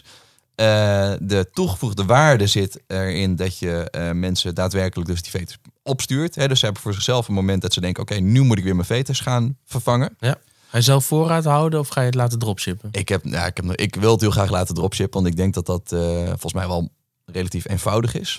De toegevoegde waarde zit erin dat je mensen daadwerkelijk dus die veters opstuurt. Dus ze hebben voor zichzelf een moment dat ze denken, oké, nu moet ik weer mijn veters gaan vervangen. Ja. Ga je zelf voorraad houden of ga je het laten dropshippen? Ik wil het heel graag laten dropshippen, want ik denk dat volgens mij wel relatief eenvoudig is.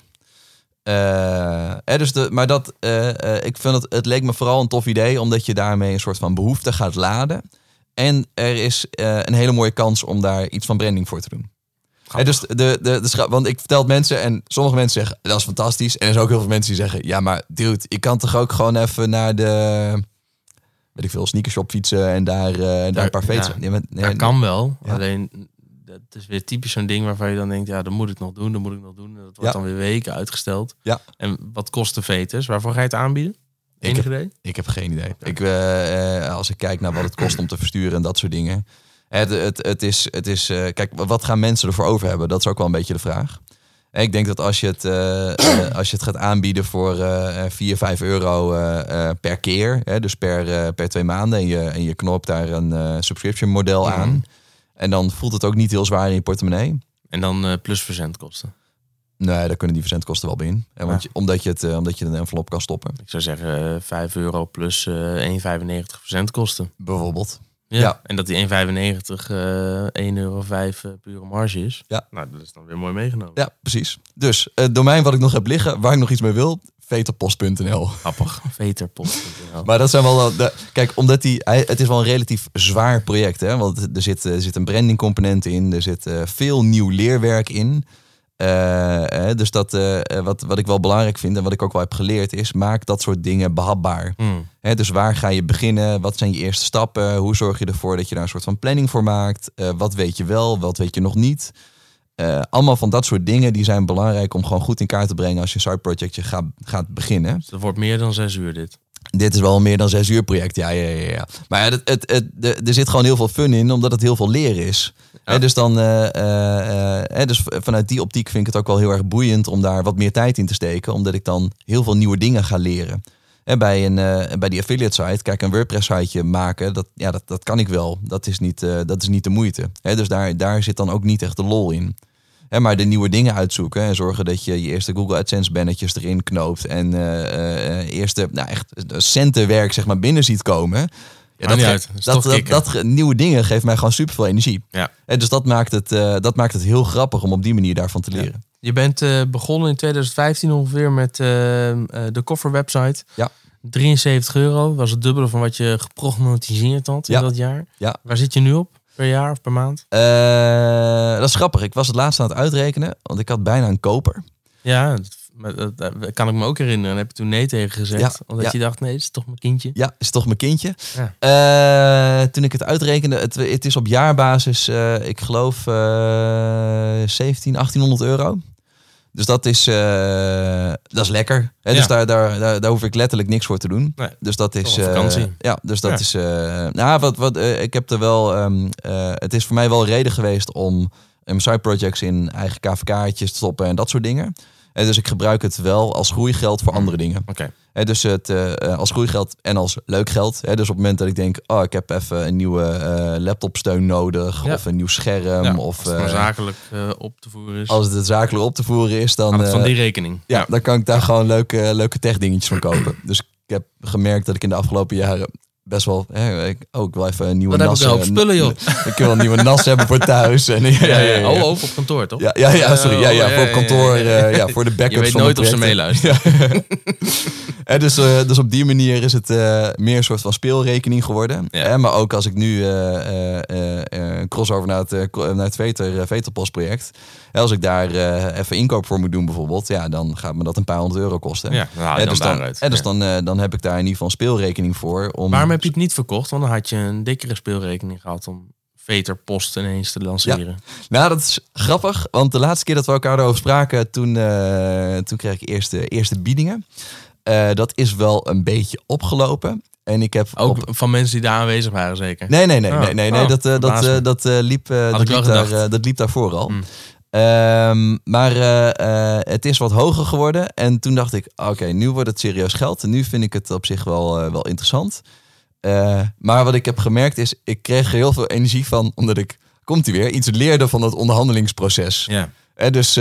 Ik vind het leek me vooral een tof idee, omdat je daarmee een soort van behoefte gaat laden. En er is een hele mooie kans om daar iets van branding voor te doen. Want ik vertel het mensen en sommige mensen zeggen, dat is fantastisch. En er zijn ook heel veel mensen die zeggen, ja maar dude, je kan toch ook gewoon even naar de, weet ik veel, sneakershop fietsen en daar een paar veters. Ja, dat kan wel, alleen... Het is weer typisch zo'n ding waarvan je dan denkt, ja, dat moet ik nog doen. En dat wordt dan weer weken uitgesteld. Ja. En wat kost de veters? Waarvoor ga je het aanbieden? Idee? Ik heb geen idee. Als ik kijk naar wat het kost om te versturen en dat soort dingen. Het is kijk, wat gaan mensen ervoor over hebben? Dat is ook wel een beetje de vraag. Ik denk dat als je het gaat aanbieden voor 4-5 euro per keer, dus per 2 maanden en je knopt daar een subscription model aan. En dan voelt het ook niet heel zwaar in je portemonnee. En dan plus verzendkosten? Nee, daar kunnen die verzendkosten wel bij in. Omdat je een envelop kan stoppen. Ik zou zeggen 5 euro plus 1,95 verzendkosten. Bijvoorbeeld. Ja. En dat die 1,95 1,05 euro pure marge is. Ja. Nou, dat is dan weer mooi meegenomen. Ja, precies. Dus het domein wat ik nog heb liggen, waar ik nog iets mee wil... Veterpost.nl. Grappig, Veterpost.nl. Maar dat zijn wel... Kijk, omdat het is wel een relatief zwaar project. Hè? Want er zit een branding component in. Er zit veel nieuw leerwerk in. Dus wat ik wel belangrijk vind en wat ik ook wel heb geleerd is... maak dat soort dingen behapbaar. Dus waar ga je beginnen? Wat zijn je eerste stappen? Hoe zorg je ervoor dat je daar een soort van planning voor maakt? Wat weet je wel? Wat weet je nog niet? Allemaal van dat soort dingen die zijn belangrijk om gewoon goed in kaart te brengen als je een side projectje gaat beginnen. Dus dat wordt meer dan 6 uur dit. Dit is wel een meer dan 6 uur project, ja. Maar er zit gewoon heel veel fun in, omdat het heel veel leren is. Ja. Dus vanuit die optiek vind ik het ook wel heel erg boeiend om daar wat meer tijd in te steken, omdat ik dan heel veel nieuwe dingen ga leren. Bij die affiliate site, kijk, een WordPress siteje maken, dat kan ik wel. Dat is niet de moeite. Dus daar zit dan ook niet echt de lol in. Maar de nieuwe dingen uitzoeken en zorgen dat je eerste Google AdSense bannetjes erin knoopt en eerste echt centenwerk zeg maar binnen ziet komen. Ja, niet uit. Dat nieuwe dingen geeft mij gewoon super veel energie. Ja. En dus dat maakt het heel grappig om op die manier daarvan te leren. Je bent begonnen in 2015 ongeveer met de kofferwebsite. Ja. €73 was het dubbele van wat je geprognosticeerd had in dat jaar. Ja. Waar zit je nu op? Per jaar of per maand? Dat is grappig. Ik was het laatst aan het uitrekenen, want ik had bijna een koper. Ja, dat kan ik me ook herinneren. En heb je toen nee tegen gezegd. Ja, Omdat je dacht, nee, het is toch mijn kindje. Ja, is toch mijn kindje. Ja. Toen ik het uitrekende, het is op jaarbasis, ik geloof 1800 euro. Dus dat is lekker. Hè? Dus daar hoef ik letterlijk niks voor te doen. Nee, dus dat is vakantie. Dus dat is. Ik heb er wel. Het is voor mij wel reden geweest om mijn side projects in eigen KVK'tjes te stoppen en dat soort dingen. Dus ik gebruik het wel als groeigeld voor andere dingen. Okay. Dus het als groeigeld en als leuk geld. Dus op het moment dat ik denk, ik heb even een nieuwe laptopsteun nodig. Of een nieuw scherm. Ja, of, als het maar zakelijk op te voeren is. Als het zakelijk op te voeren is, dan... Gaat het van die rekening. Ja, dan kan ik daar gewoon leuke tech dingetjes van kopen. Dus ik heb gemerkt dat ik in de afgelopen jaren best wel... ik wil even een nieuwe NAS. Wat heb ik spullen, joh. Ik wil een nieuwe NAS hebben voor thuis. En, op kantoor, toch? Sorry. Voor op kantoor. Voor de backups. Je weet nooit of ze meeluisteren. Dus op die manier is het meer een soort van speelrekening geworden. Ja. Maar ook als ik nu crossover naar het Veterpost project. Als ik daar even inkoop voor moet doen bijvoorbeeld. Ja, dan gaat me dat een paar €100 kosten. Ja, dan haal je dan daaruit. Dus dan heb ik daar in ieder geval een speelrekening voor. Waarom heb je het niet verkocht? Want dan had je een dikkere speelrekening gehad om Veterpost ineens te lanceren. Ja. Nou, dat is grappig. Want de laatste keer dat we elkaar erover spraken, toen kreeg ik eerste biedingen. Dat is wel een beetje opgelopen. En ik heb ook van mensen die daar aanwezig waren, zeker? Nee. Dat liep daarvoor al. Maar het is wat hoger geworden. En toen dacht ik, oké, nu wordt het serieus geld. En nu vind ik het op zich wel interessant. Maar wat ik heb gemerkt is, ik kreeg er heel veel energie van, omdat ik, iets leerde van het onderhandelingsproces. Ja. Dus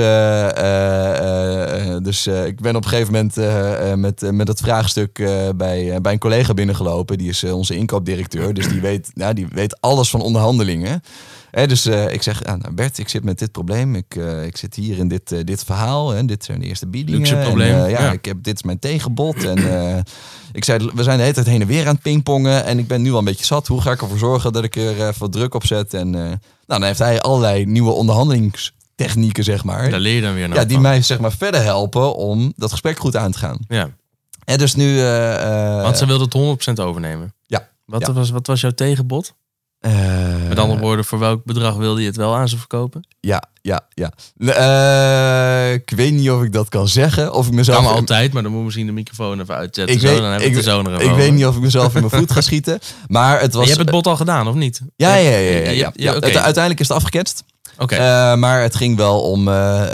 ik ben op een gegeven moment met het vraagstuk bij een collega binnengelopen. Die is onze inkoopdirecteur, dus die weet alles van onderhandelingen. Dus ik zeg, Bert, ik zit met dit probleem. Ik zit hier in dit verhaal. Dit zijn de eerste biedingen. Luxe probleem. Dit is mijn tegenbod. En ik zei, we zijn de hele tijd heen en weer aan het pingpongen. En ik ben nu al een beetje zat. Hoe ga ik ervoor zorgen dat ik er even wat druk op zet? En dan heeft hij allerlei nieuwe onderhandelingstechnieken, zeg maar. Daar leer je dan weer naar. Ja, die mij zeg maar verder helpen om dat gesprek goed aan te gaan. Ja. En dus nu... Want ze wilde het 100% overnemen. Ja. Wat was jouw tegenbod? Met andere woorden, voor welk bedrag wilde je het wel aan ze verkopen? Ja. Ik weet niet of ik dat kan zeggen. Of ik mezelf kan altijd, maar dan moet je misschien de microfoon even uitzetten. Ik weet niet of ik mezelf in mijn voet ga schieten. Maar het was... En je hebt het bod al gedaan, of niet? Ja. Okay. Uiteindelijk is het afgeketst. Okay. Maar het ging wel om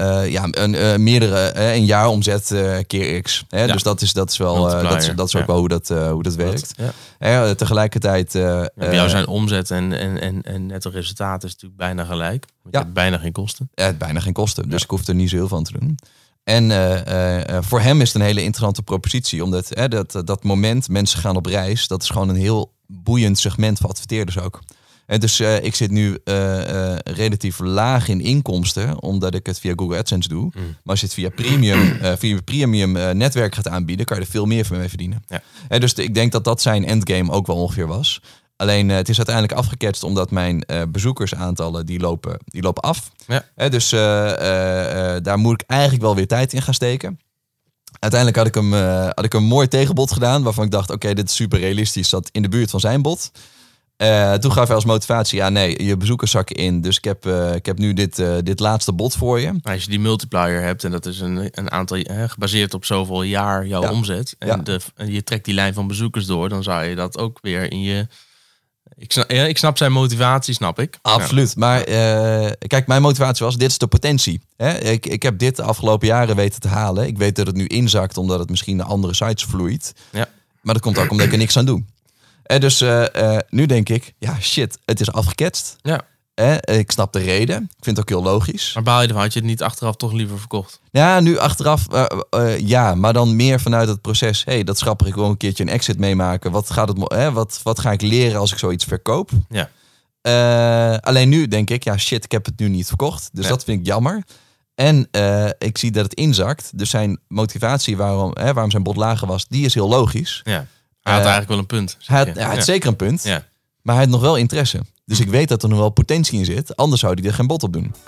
een jaar omzet keer X. Dus dat is wel dat is ook wel hoe dat werkt. Tegelijkertijd... bij jou zijn omzet en netto resultaat is natuurlijk bijna gelijk. Je hebt bijna geen kosten. Ja, bijna geen kosten. Dus ik hoef er niet zo heel veel aan te doen. En voor hem is het een hele interessante propositie. Omdat dat moment, mensen gaan op reis, dat is gewoon een heel boeiend segment voor adverteerders ook. En dus ik zit nu relatief laag in inkomsten, omdat ik het via Google AdSense doe. Maar als je het via premium netwerk gaat aanbieden, kan je er veel meer van mee verdienen. Ja. En dus ik denk dat zijn endgame ook wel ongeveer was. Alleen het is uiteindelijk afgeketst omdat mijn bezoekersaantallen die lopen af. Ja. Dus daar moet ik eigenlijk wel weer tijd in gaan steken. Uiteindelijk had ik een mooi tegenbod gedaan waarvan ik dacht, oké, dit is super realistisch. Zat in de buurt van zijn bod. Toen gaf hij als motivatie, je bezoekers zakken in. Dus ik heb nu dit laatste bod voor je. Als je die multiplier hebt en dat is een aantal gebaseerd op zoveel jaar jouw omzet. En je trekt die lijn van bezoekers door, dan zou je dat ook weer in je... Ik snap zijn motivatie, snap ik. Absoluut. Maar kijk, mijn motivatie was, dit is de potentie. Ik heb dit de afgelopen jaren weten te halen. Ik weet dat het nu inzakt omdat het misschien naar andere sites vloeit. Ja. Maar dat komt ook omdat ik er niks aan doe. Dus nu denk ik, het is afgeketst. Ja. Ik snap de reden. Ik vind het ook heel logisch. Maar baal je ervan? Had je het niet achteraf toch liever verkocht? Ja, nu achteraf, ja, maar dan meer vanuit het proces. Dat is grappig, ik wil een keertje een exit meemaken. Wat ga ik leren als ik zoiets verkoop? Ja. Alleen nu denk ik, ja shit, ik heb het nu niet verkocht. Dus dat vind ik jammer. En ik zie dat het inzakt. Dus zijn motivatie waarom zijn bod lager was, die is heel logisch. Ja. Hij had eigenlijk wel een punt. Hij had zeker een punt. Ja. Maar hij had nog wel interesse. Dus ik weet dat er nog wel potentie in zit. Anders zou hij er geen bod op doen.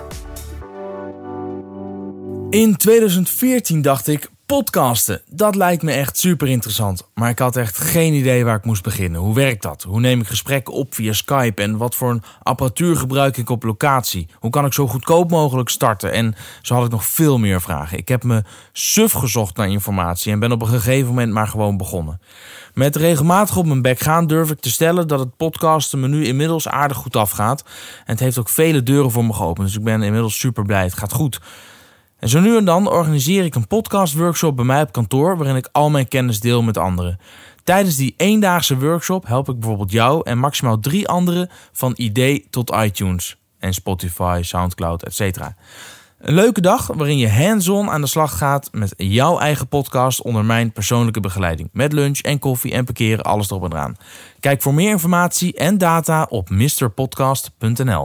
In 2014 dacht ik, podcasten, dat lijkt me echt super interessant. Maar ik had echt geen idee waar ik moest beginnen. Hoe werkt dat? Hoe neem ik gesprekken op via Skype? En wat voor een apparatuur gebruik ik op locatie? Hoe kan ik zo goedkoop mogelijk starten? En zo had ik nog veel meer vragen. Ik heb me suf gezocht naar informatie en ben op een gegeven moment maar gewoon begonnen. Met regelmatig op mijn bek gaan durf ik te stellen dat het podcasten me nu inmiddels aardig goed afgaat. En het heeft ook vele deuren voor me geopend. Dus ik ben inmiddels super blij. Het gaat goed. En zo nu en dan organiseer ik een podcastworkshop bij mij op kantoor, waarin ik al mijn kennis deel met anderen. Tijdens die eendaagse workshop help ik bijvoorbeeld jou en maximaal 3 anderen van idee tot iTunes en Spotify, Soundcloud, etc. Een leuke dag waarin je hands-on aan de slag gaat met jouw eigen podcast onder mijn persoonlijke begeleiding. Met lunch en koffie en parkeren, alles erop en eraan. Kijk voor meer informatie en data op mrpodcast.nl.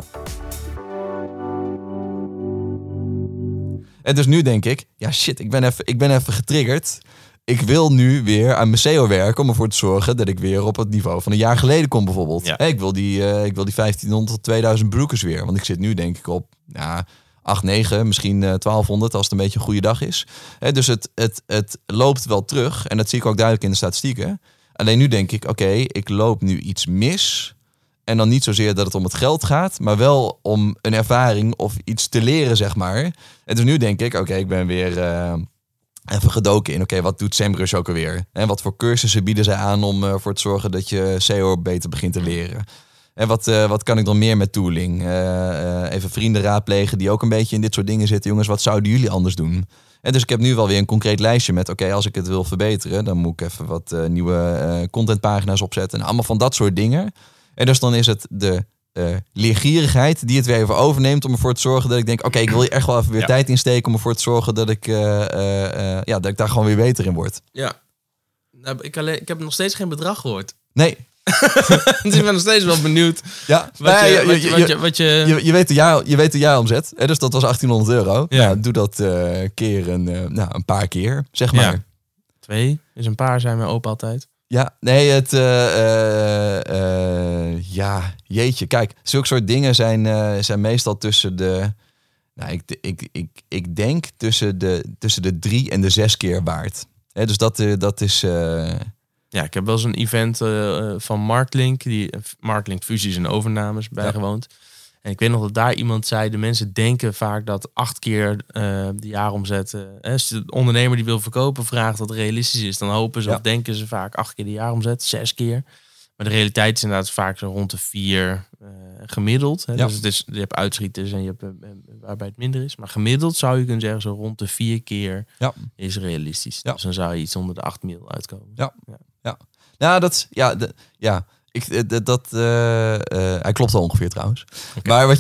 En dus nu denk ik, ja shit, ik ben even getriggerd. Ik wil nu weer aan mijn SEO werken om ervoor te zorgen dat ik weer op het niveau van een jaar geleden kom bijvoorbeeld. Ja. Ik wil die 1500 tot 2000 bezoekers weer. Want ik zit nu denk ik op 8, 9, misschien 1200 als het een beetje een goede dag is. Dus het loopt wel terug en dat zie ik ook duidelijk in de statistieken. Alleen nu denk ik, oké, ik loop nu iets mis. En dan niet zozeer dat het om het geld gaat, maar wel om een ervaring of iets te leren, zeg maar. En dus nu denk ik, oké, ik ben weer even gedoken in, oké, wat doet SEMrush ook alweer? En wat voor cursussen bieden zij aan om ervoor te zorgen dat je SEO beter begint te leren? En wat kan ik dan meer met tooling? Even vrienden raadplegen die ook een beetje in dit soort dingen zitten. Jongens, wat zouden jullie anders doen? En dus ik heb nu wel weer een concreet lijstje met, oké, als ik het wil verbeteren, dan moet ik even wat nieuwe contentpagina's opzetten. En allemaal van dat soort dingen. En dus dan is het de leergierigheid die het weer even overneemt om ervoor te zorgen dat ik denk, oké, ik wil hier echt wel even weer tijd in steken om ervoor te zorgen dat ik daar gewoon weer beter in word. Ja. Nou, ik heb nog steeds geen bedrag gehoord. Nee. Dus ik ben nog steeds wel benieuwd. Ja. Je weet de jaaromzet. Dus dat was €1800. Ja. Nou, doe dat keer een paar keer, zeg maar. Ja. 2 is een paar, zijn mijn opa altijd. Ja, nee, jeetje. Kijk, zulke soort dingen zijn meestal tussen de... Nou, ik denk tussen de 3 en de 6 keer waard. Dus dat is... Ja, ik heb wel eens een event van Marktlink, Marktlink fusies en overnames bijgewoond. En ik weet nog dat daar iemand zei, de mensen denken vaak dat 8 keer de jaaromzet... als de ondernemer die wil verkopen vraagt dat het realistisch is, dan hopen ze of denken ze vaak 8 keer de jaaromzet, 6 keer. Maar de realiteit is inderdaad vaak zo rond de 4 gemiddeld. Hè? Ja. Dus je hebt uitschieters en je hebt waarbij het minder is. Maar gemiddeld zou je kunnen zeggen, zo rond de 4 keer is realistisch. Ja. Dus dan zou je iets onder de 8 mil uitkomen. Ja. Nou, hij klopt al ongeveer trouwens. Okay. Maar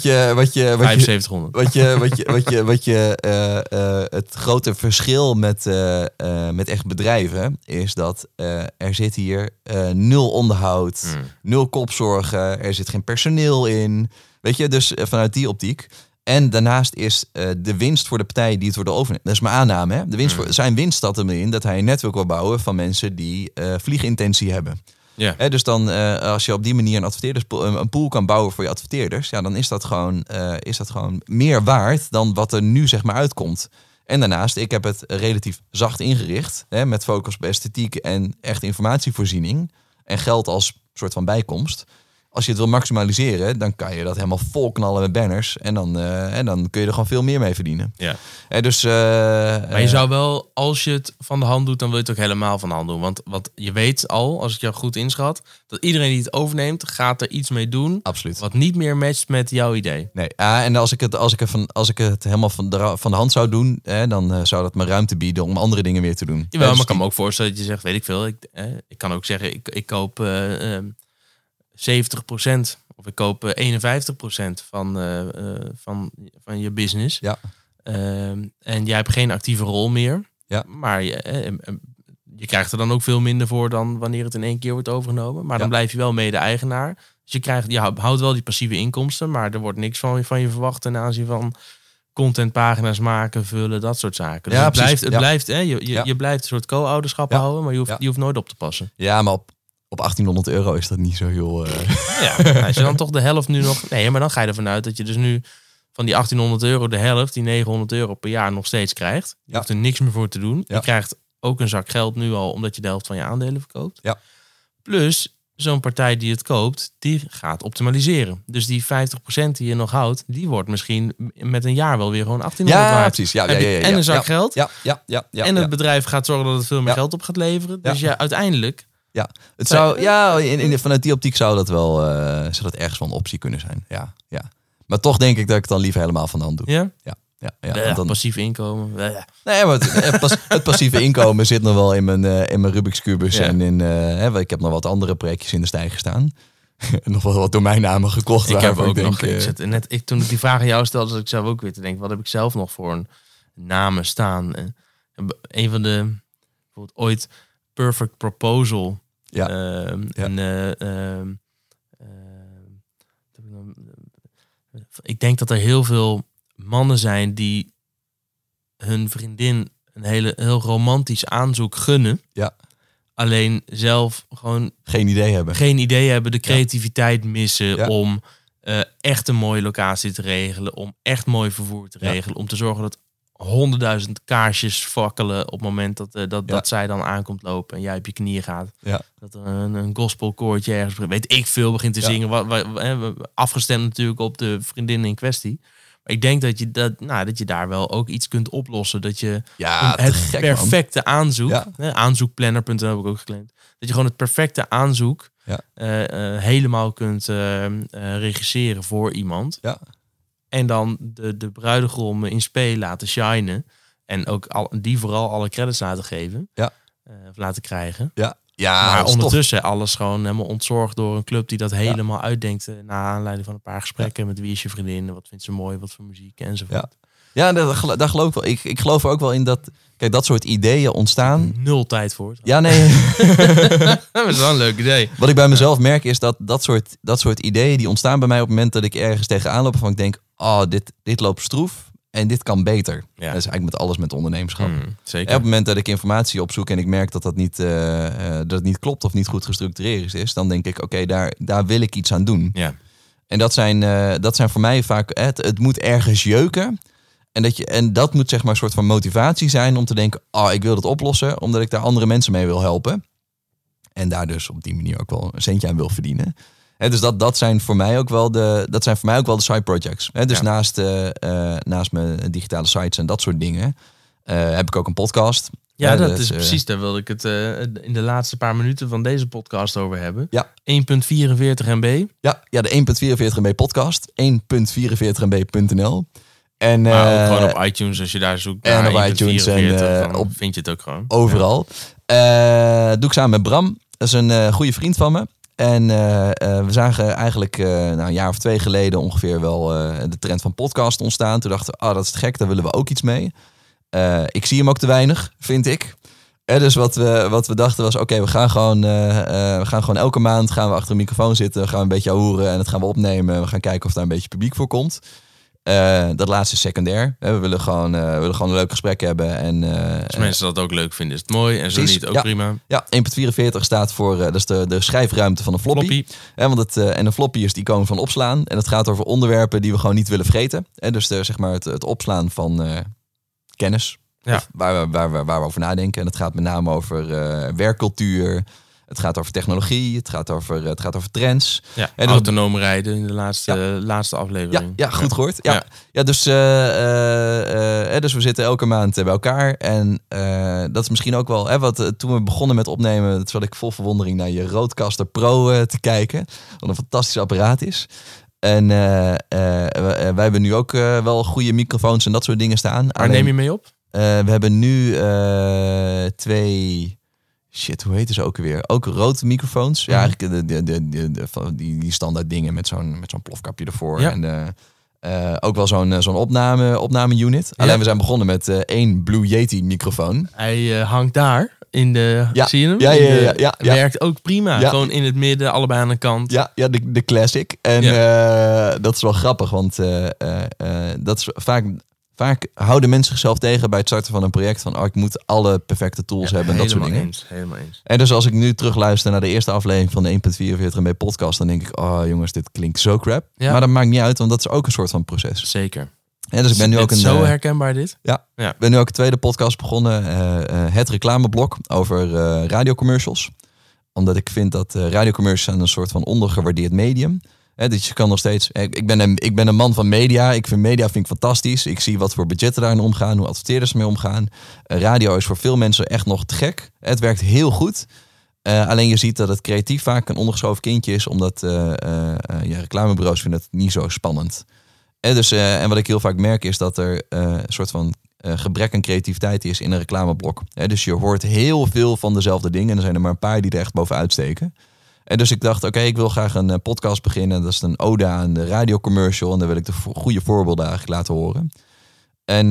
7500. Het grote verschil met echt bedrijven is dat er zit hier 0 onderhoud, 0 kopzorgen, er zit geen personeel in. Weet je, dus vanuit die optiek. En daarnaast is de winst voor de partij die het worden overneemt. Dat is mijn aanname. Hè? Zijn winst staat erin dat hij een netwerk wil bouwen van mensen die vliegintentie hebben. Yeah. Dus dan als je op die manier een pool kan bouwen voor je adverteerders, ja, dan is dat gewoon meer waard dan wat er nu zeg maar uitkomt. En daarnaast, ik heb het relatief zacht ingericht, met focus op esthetiek en echt informatievoorziening en geld als soort van bijkomst. Als je het wil maximaliseren, dan kan je dat helemaal vol knallen met banners. En dan kun je er gewoon veel meer mee verdienen. Ja. Maar je zou wel, als je het van de hand doet, dan wil je het ook helemaal van de hand doen. Want je weet al, als ik jou goed inschat, dat iedereen die het overneemt, gaat er iets mee doen. Absoluut. Wat niet meer matcht met jouw idee. Nee, en als ik het helemaal van de hand zou doen, dan zou dat me ruimte bieden om andere dingen weer te doen. Jawel, maar ik kan me ook voorstellen dat je zegt, weet ik veel. Ik kan ook zeggen, ik koop... 70% of ik koop 51% van je business. Ja. En jij hebt geen actieve rol meer. Ja. Maar je krijgt er dan ook veel minder voor dan wanneer het in 1 keer wordt overgenomen. Maar dan blijf je wel mede-eigenaar. Dus je houdt wel die passieve inkomsten, maar er wordt niks van je verwacht ten aanzien van contentpagina's maken, vullen, dat soort zaken. Dus het blijft, je blijft een soort co-ouderschap houden, maar je hoeft nooit op te passen. Ja, maar op €1800 is dat niet zo heel... Ja, als je dan toch de helft nu nog... Nee, maar dan ga je ervan uit dat je dus nu van die €1800 de helft, die €900 per jaar nog steeds krijgt. Je hoeft er niks meer voor te doen. Ja. Je krijgt ook een zak geld nu al, omdat je de helft van je aandelen verkoopt. Ja. Plus, zo'n partij die het koopt, die gaat optimaliseren. Dus die 50% die je nog houdt, die wordt misschien met een jaar wel weer gewoon 1800 waard. Precies. Ja, en een zak geld. Ja. En het bedrijf gaat zorgen dat het veel meer geld op gaat leveren. Dus uiteindelijk... Ja, het zou, vanuit die optiek zou dat wel zou dat ergens wel een optie kunnen zijn. Ja. Maar toch denk ik dat ik het dan liever helemaal van de hand doe. Ja? Ja. Dan... Passief inkomen. Nee, maar het passieve inkomen zit nog wel in mijn Rubik's Cubus. Ja. En ik heb nog wat andere projectjes in de stijger staan. Nog wel wat domeinnamen gekocht. Ik heb ook nog... Toen ik die vraag aan jou stelde, zat ik zelf ook weer te denken, wat heb ik zelf nog voor een namen staan? Een van de... Bijvoorbeeld ooit Perfect Proposal. Ja. Ik denk dat er heel veel mannen zijn die hun vriendin een heel romantisch aanzoek gunnen. Ja. Alleen zelf gewoon geen idee hebben, de creativiteit missen om echt een mooie locatie te regelen, om echt mooi vervoer te regelen, om te zorgen dat 100.000 kaarsjes fakkelen op het moment dat zij dan aankomt lopen en jij op je knieën gaat. Ja. Dat er een gospelkoortje ergens, weet ik veel, begint te zingen. Afgestemd natuurlijk op de vriendin in kwestie. Maar ik denk dat je daar wel ook iets kunt oplossen. Dat je het perfecte aanzoek, aanzoekplanner.nl heb ik ook geclaimd. Dat je gewoon het perfecte aanzoek helemaal kunt regisseren voor iemand. Ja. En dan de bruidegom in spe laten shinen. En ook die vooral alle credits laten geven. Ja. Of laten krijgen. Ja. Maar ondertussen alles gewoon helemaal ontzorgd door een club die dat helemaal uitdenkt. Na aanleiding van een paar gesprekken met wie is je vriendin. Wat vindt ze mooi, wat voor muziek enzovoort. Ja, daar geloof ik wel. Ik geloof er ook wel in dat soort ideeën ontstaan. 0 tijd voor. Ja, nee. Dat is wel een leuk idee. Wat ik bij mezelf merk is dat soort ideeën die ontstaan bij mij op het moment dat ik ergens tegenaan loop van ik denk, dit loopt stroef en dit kan beter. Ja. Dat is eigenlijk met alles met ondernemerschap. Zeker. En op het moment dat ik informatie opzoek en ik merk dat het niet klopt of niet goed gestructureerd is, dan denk ik, oké, daar wil ik iets aan doen. Ja. En dat zijn voor mij vaak, het moet ergens jeuken. En dat moet zeg maar een soort van motivatie zijn om te denken, ik wil dat oplossen, omdat ik daar andere mensen mee wil helpen. En daar dus op die manier ook wel een centje aan wil verdienen. Dus dat zijn voor mij ook wel de side projects. Dus naast mijn digitale sites en dat soort dingen heb ik ook een podcast. Ja, dat is precies, daar wilde ik het in de laatste paar minuten van deze podcast over hebben. Ja. 1.44 MB. Ja, de 1.44 MB podcast. 1.44mb.nl. Maar ook gewoon op iTunes, als je daar zoekt naar op iTunes dan vind je het ook gewoon. Overal. Doe ik samen met Bram. Dat is een goede vriend van me. En we zagen eigenlijk een jaar of 2 geleden ongeveer wel de trend van podcast ontstaan. Toen dachten we, dat is te gek, daar willen we ook iets mee. Ik zie hem ook te weinig, vind ik. Dus wat we dachten was, oké, we gaan gewoon elke maand gaan we achter een microfoon zitten. We gaan een beetje ahoeren en dat gaan we opnemen. We gaan kijken of daar een beetje publiek voor komt. Dat laatste is secundair. We willen gewoon een leuk gesprek hebben. En, als mensen dat ook leuk vinden, is het mooi. En zo niet, ook prima. Ja, 1.44 staat voor dat is de schrijfruimte van een floppy. En een floppy is die komen van opslaan. En het gaat over onderwerpen die we gewoon niet willen vergeten. Dus zeg maar het opslaan van kennis. Ja. Waar we over nadenken. En het gaat met name over werkcultuur. Het gaat over technologie, het gaat over trends. Ja, en autonoom rijden in de laatste aflevering. Ja, goed gehoord. Ja, dus we zitten elke maand bij elkaar. En dat is misschien ook wel... toen we begonnen met opnemen, zat ik vol verwondering naar je Rodecaster Pro te kijken. Wat een fantastisch apparaat is. En wij hebben nu ook wel goede microfoons en dat soort dingen staan. Waar neem je mee op? We hebben nu 2 Shit, hoe heette ze ook weer? Ook rode microfoons. Ja, eigenlijk die standaard dingen met zo'n plofkapje ervoor. Ja. En ook wel zo'n opname-unit. Ja. Alleen we zijn begonnen met 1 Blue Yeti microfoon. Hij hangt daar in de... Ja. Zie je hem? Ja. Werkt ook prima. Ja. Gewoon in het midden, allebei aan de kant. Ja, de classic. En dat is wel grappig, want dat is vaak houden mensen zichzelf tegen bij het starten van een project. Van, ik moet alle perfecte tools hebben en dat soort dingen. Helemaal eens. En dus als ik nu terugluister naar de eerste aflevering van de 1.44 MB podcast, dan denk ik, jongens, dit klinkt zo crap. Ja. Maar dat maakt niet uit, want dat is ook een soort van proces. Zeker. En dus ik ben nu ook zo herkenbaar dit. Ja, ik ben nu ook een tweede podcast begonnen. Het reclameblok over radiocommercials. Omdat ik vind dat radiocommercials zijn een soort van ondergewaardeerd medium. Dus je kan nog steeds... Ik ben een man van media. Ik vind media fantastisch. Ik zie wat voor budgetten daarin omgaan. Hoe adverteerders ermee omgaan. Radio is voor veel mensen echt nog te gek. Het werkt heel goed. Alleen je ziet dat het creatief vaak een ondergeschoven kindje is. Omdat reclamebureaus vinden het niet zo spannend. En wat ik heel vaak merk is dat er een soort van gebrek aan creativiteit is in een reclameblok. Dus je hoort heel veel van dezelfde dingen. En er zijn er maar een paar die er echt bovenuit steken. En dus ik dacht, ik wil graag een podcast beginnen. Dat is een ode aan de radiocommercial. En daar wil ik de goede voorbeelden eigenlijk laten horen. En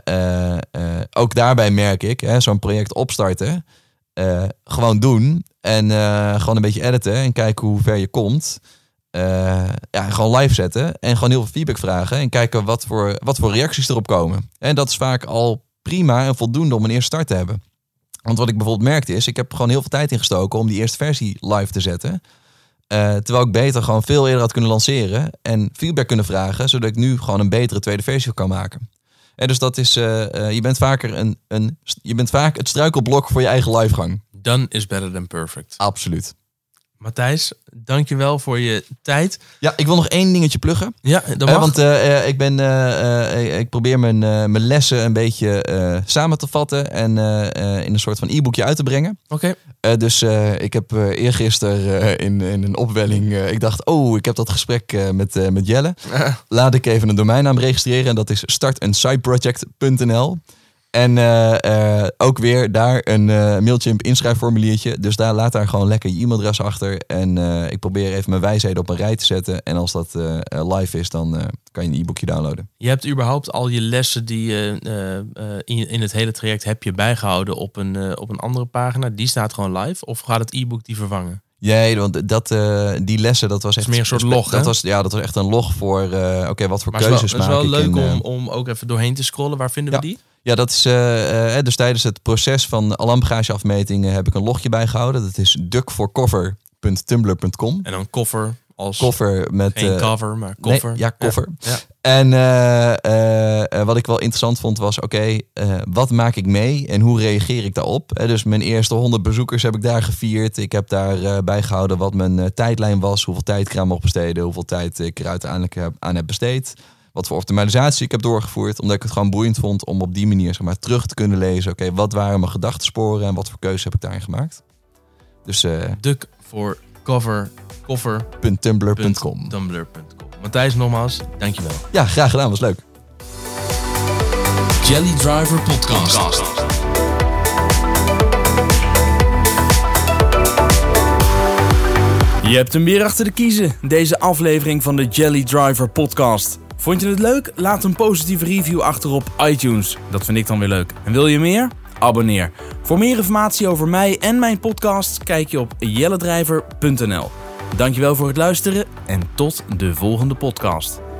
ook daarbij merk ik, zo'n project opstarten. Gewoon doen. En gewoon een beetje editen. En kijken hoe ver je komt. Gewoon live zetten. En gewoon heel veel feedback vragen. En kijken wat voor reacties erop komen. En dat is vaak al prima en voldoende om een eerste start te hebben. Want wat ik bijvoorbeeld merkte is, ik heb gewoon heel veel tijd ingestoken om die eerste versie live te zetten. Terwijl ik beter gewoon veel eerder had kunnen lanceren en feedback kunnen vragen, zodat ik nu gewoon een betere tweede versie kan maken. En dus dat is, je bent vaak het struikelblok voor je eigen livegang. Done is better than perfect. Absoluut. Matthijs, dankjewel voor je tijd. Ja, ik wil nog 1 dingetje pluggen. Ja, dat mag. Want ik probeer mijn lessen een beetje samen te vatten en in een soort van e-boekje uit te brengen. Oké. Dus ik heb eergisteren in een opwelling, ik dacht, ik heb dat gesprek met Jelle. Laat ik even een domeinnaam registreren en dat is startansideproject.nl. En ook weer daar een Mailchimp inschrijfformuliertje. Dus laat daar gewoon lekker je e-mailadres achter. En ik probeer even mijn wijsheden op een rij te zetten. En als dat live is, dan kan je een e-bookje downloaden. Je hebt überhaupt al je lessen die je in het hele traject heb je bijgehouden op een andere pagina. Die staat gewoon live? Of gaat het e-book die vervangen? Nee, want die lessen, dat was echt... meer een soort log, dat was echt een log voor, wat voor maar keuzes maak ik. Het is wel leuk om ook even doorheen te scrollen. Waar vinden we die? Ja, dat is dus tijdens het proces van alarmbagageafmetingen heb ik een logje bijgehouden. Dat is duckforcover.tumblr.com. En dan koffer als... Koffer met... Geen cover, maar koffer. Nee, ja, koffer. Ja. En wat ik wel interessant vond was, wat maak ik mee en hoe reageer ik daarop? Dus mijn eerste 100 bezoekers heb ik daar gevierd. Ik heb daar bijgehouden wat mijn tijdlijn was, hoeveel tijd ik eraan mocht besteden, hoeveel tijd ik er uiteindelijk aan heb besteed. Wat voor optimalisatie ik heb doorgevoerd. Omdat ik het gewoon boeiend vond om op die manier terug te kunnen lezen. Wat waren mijn gedachtensporen en wat voor keuzes heb ik daarin gemaakt. Dus Duck voor cover.tumblr.com. Matthijs, nogmaals, dankjewel. Ja, graag gedaan. Was leuk. Jelly Driver Podcast. Je hebt hem weer achter de kiezen. Deze aflevering van de Jelly Driver Podcast. Vond je het leuk? Laat een positieve review achter op iTunes. Dat vind ik dan weer leuk. En wil je meer? Abonneer. Voor meer informatie over mij en mijn podcast kijk je op jelledrijver.nl. Dankjewel voor het luisteren en tot de volgende podcast.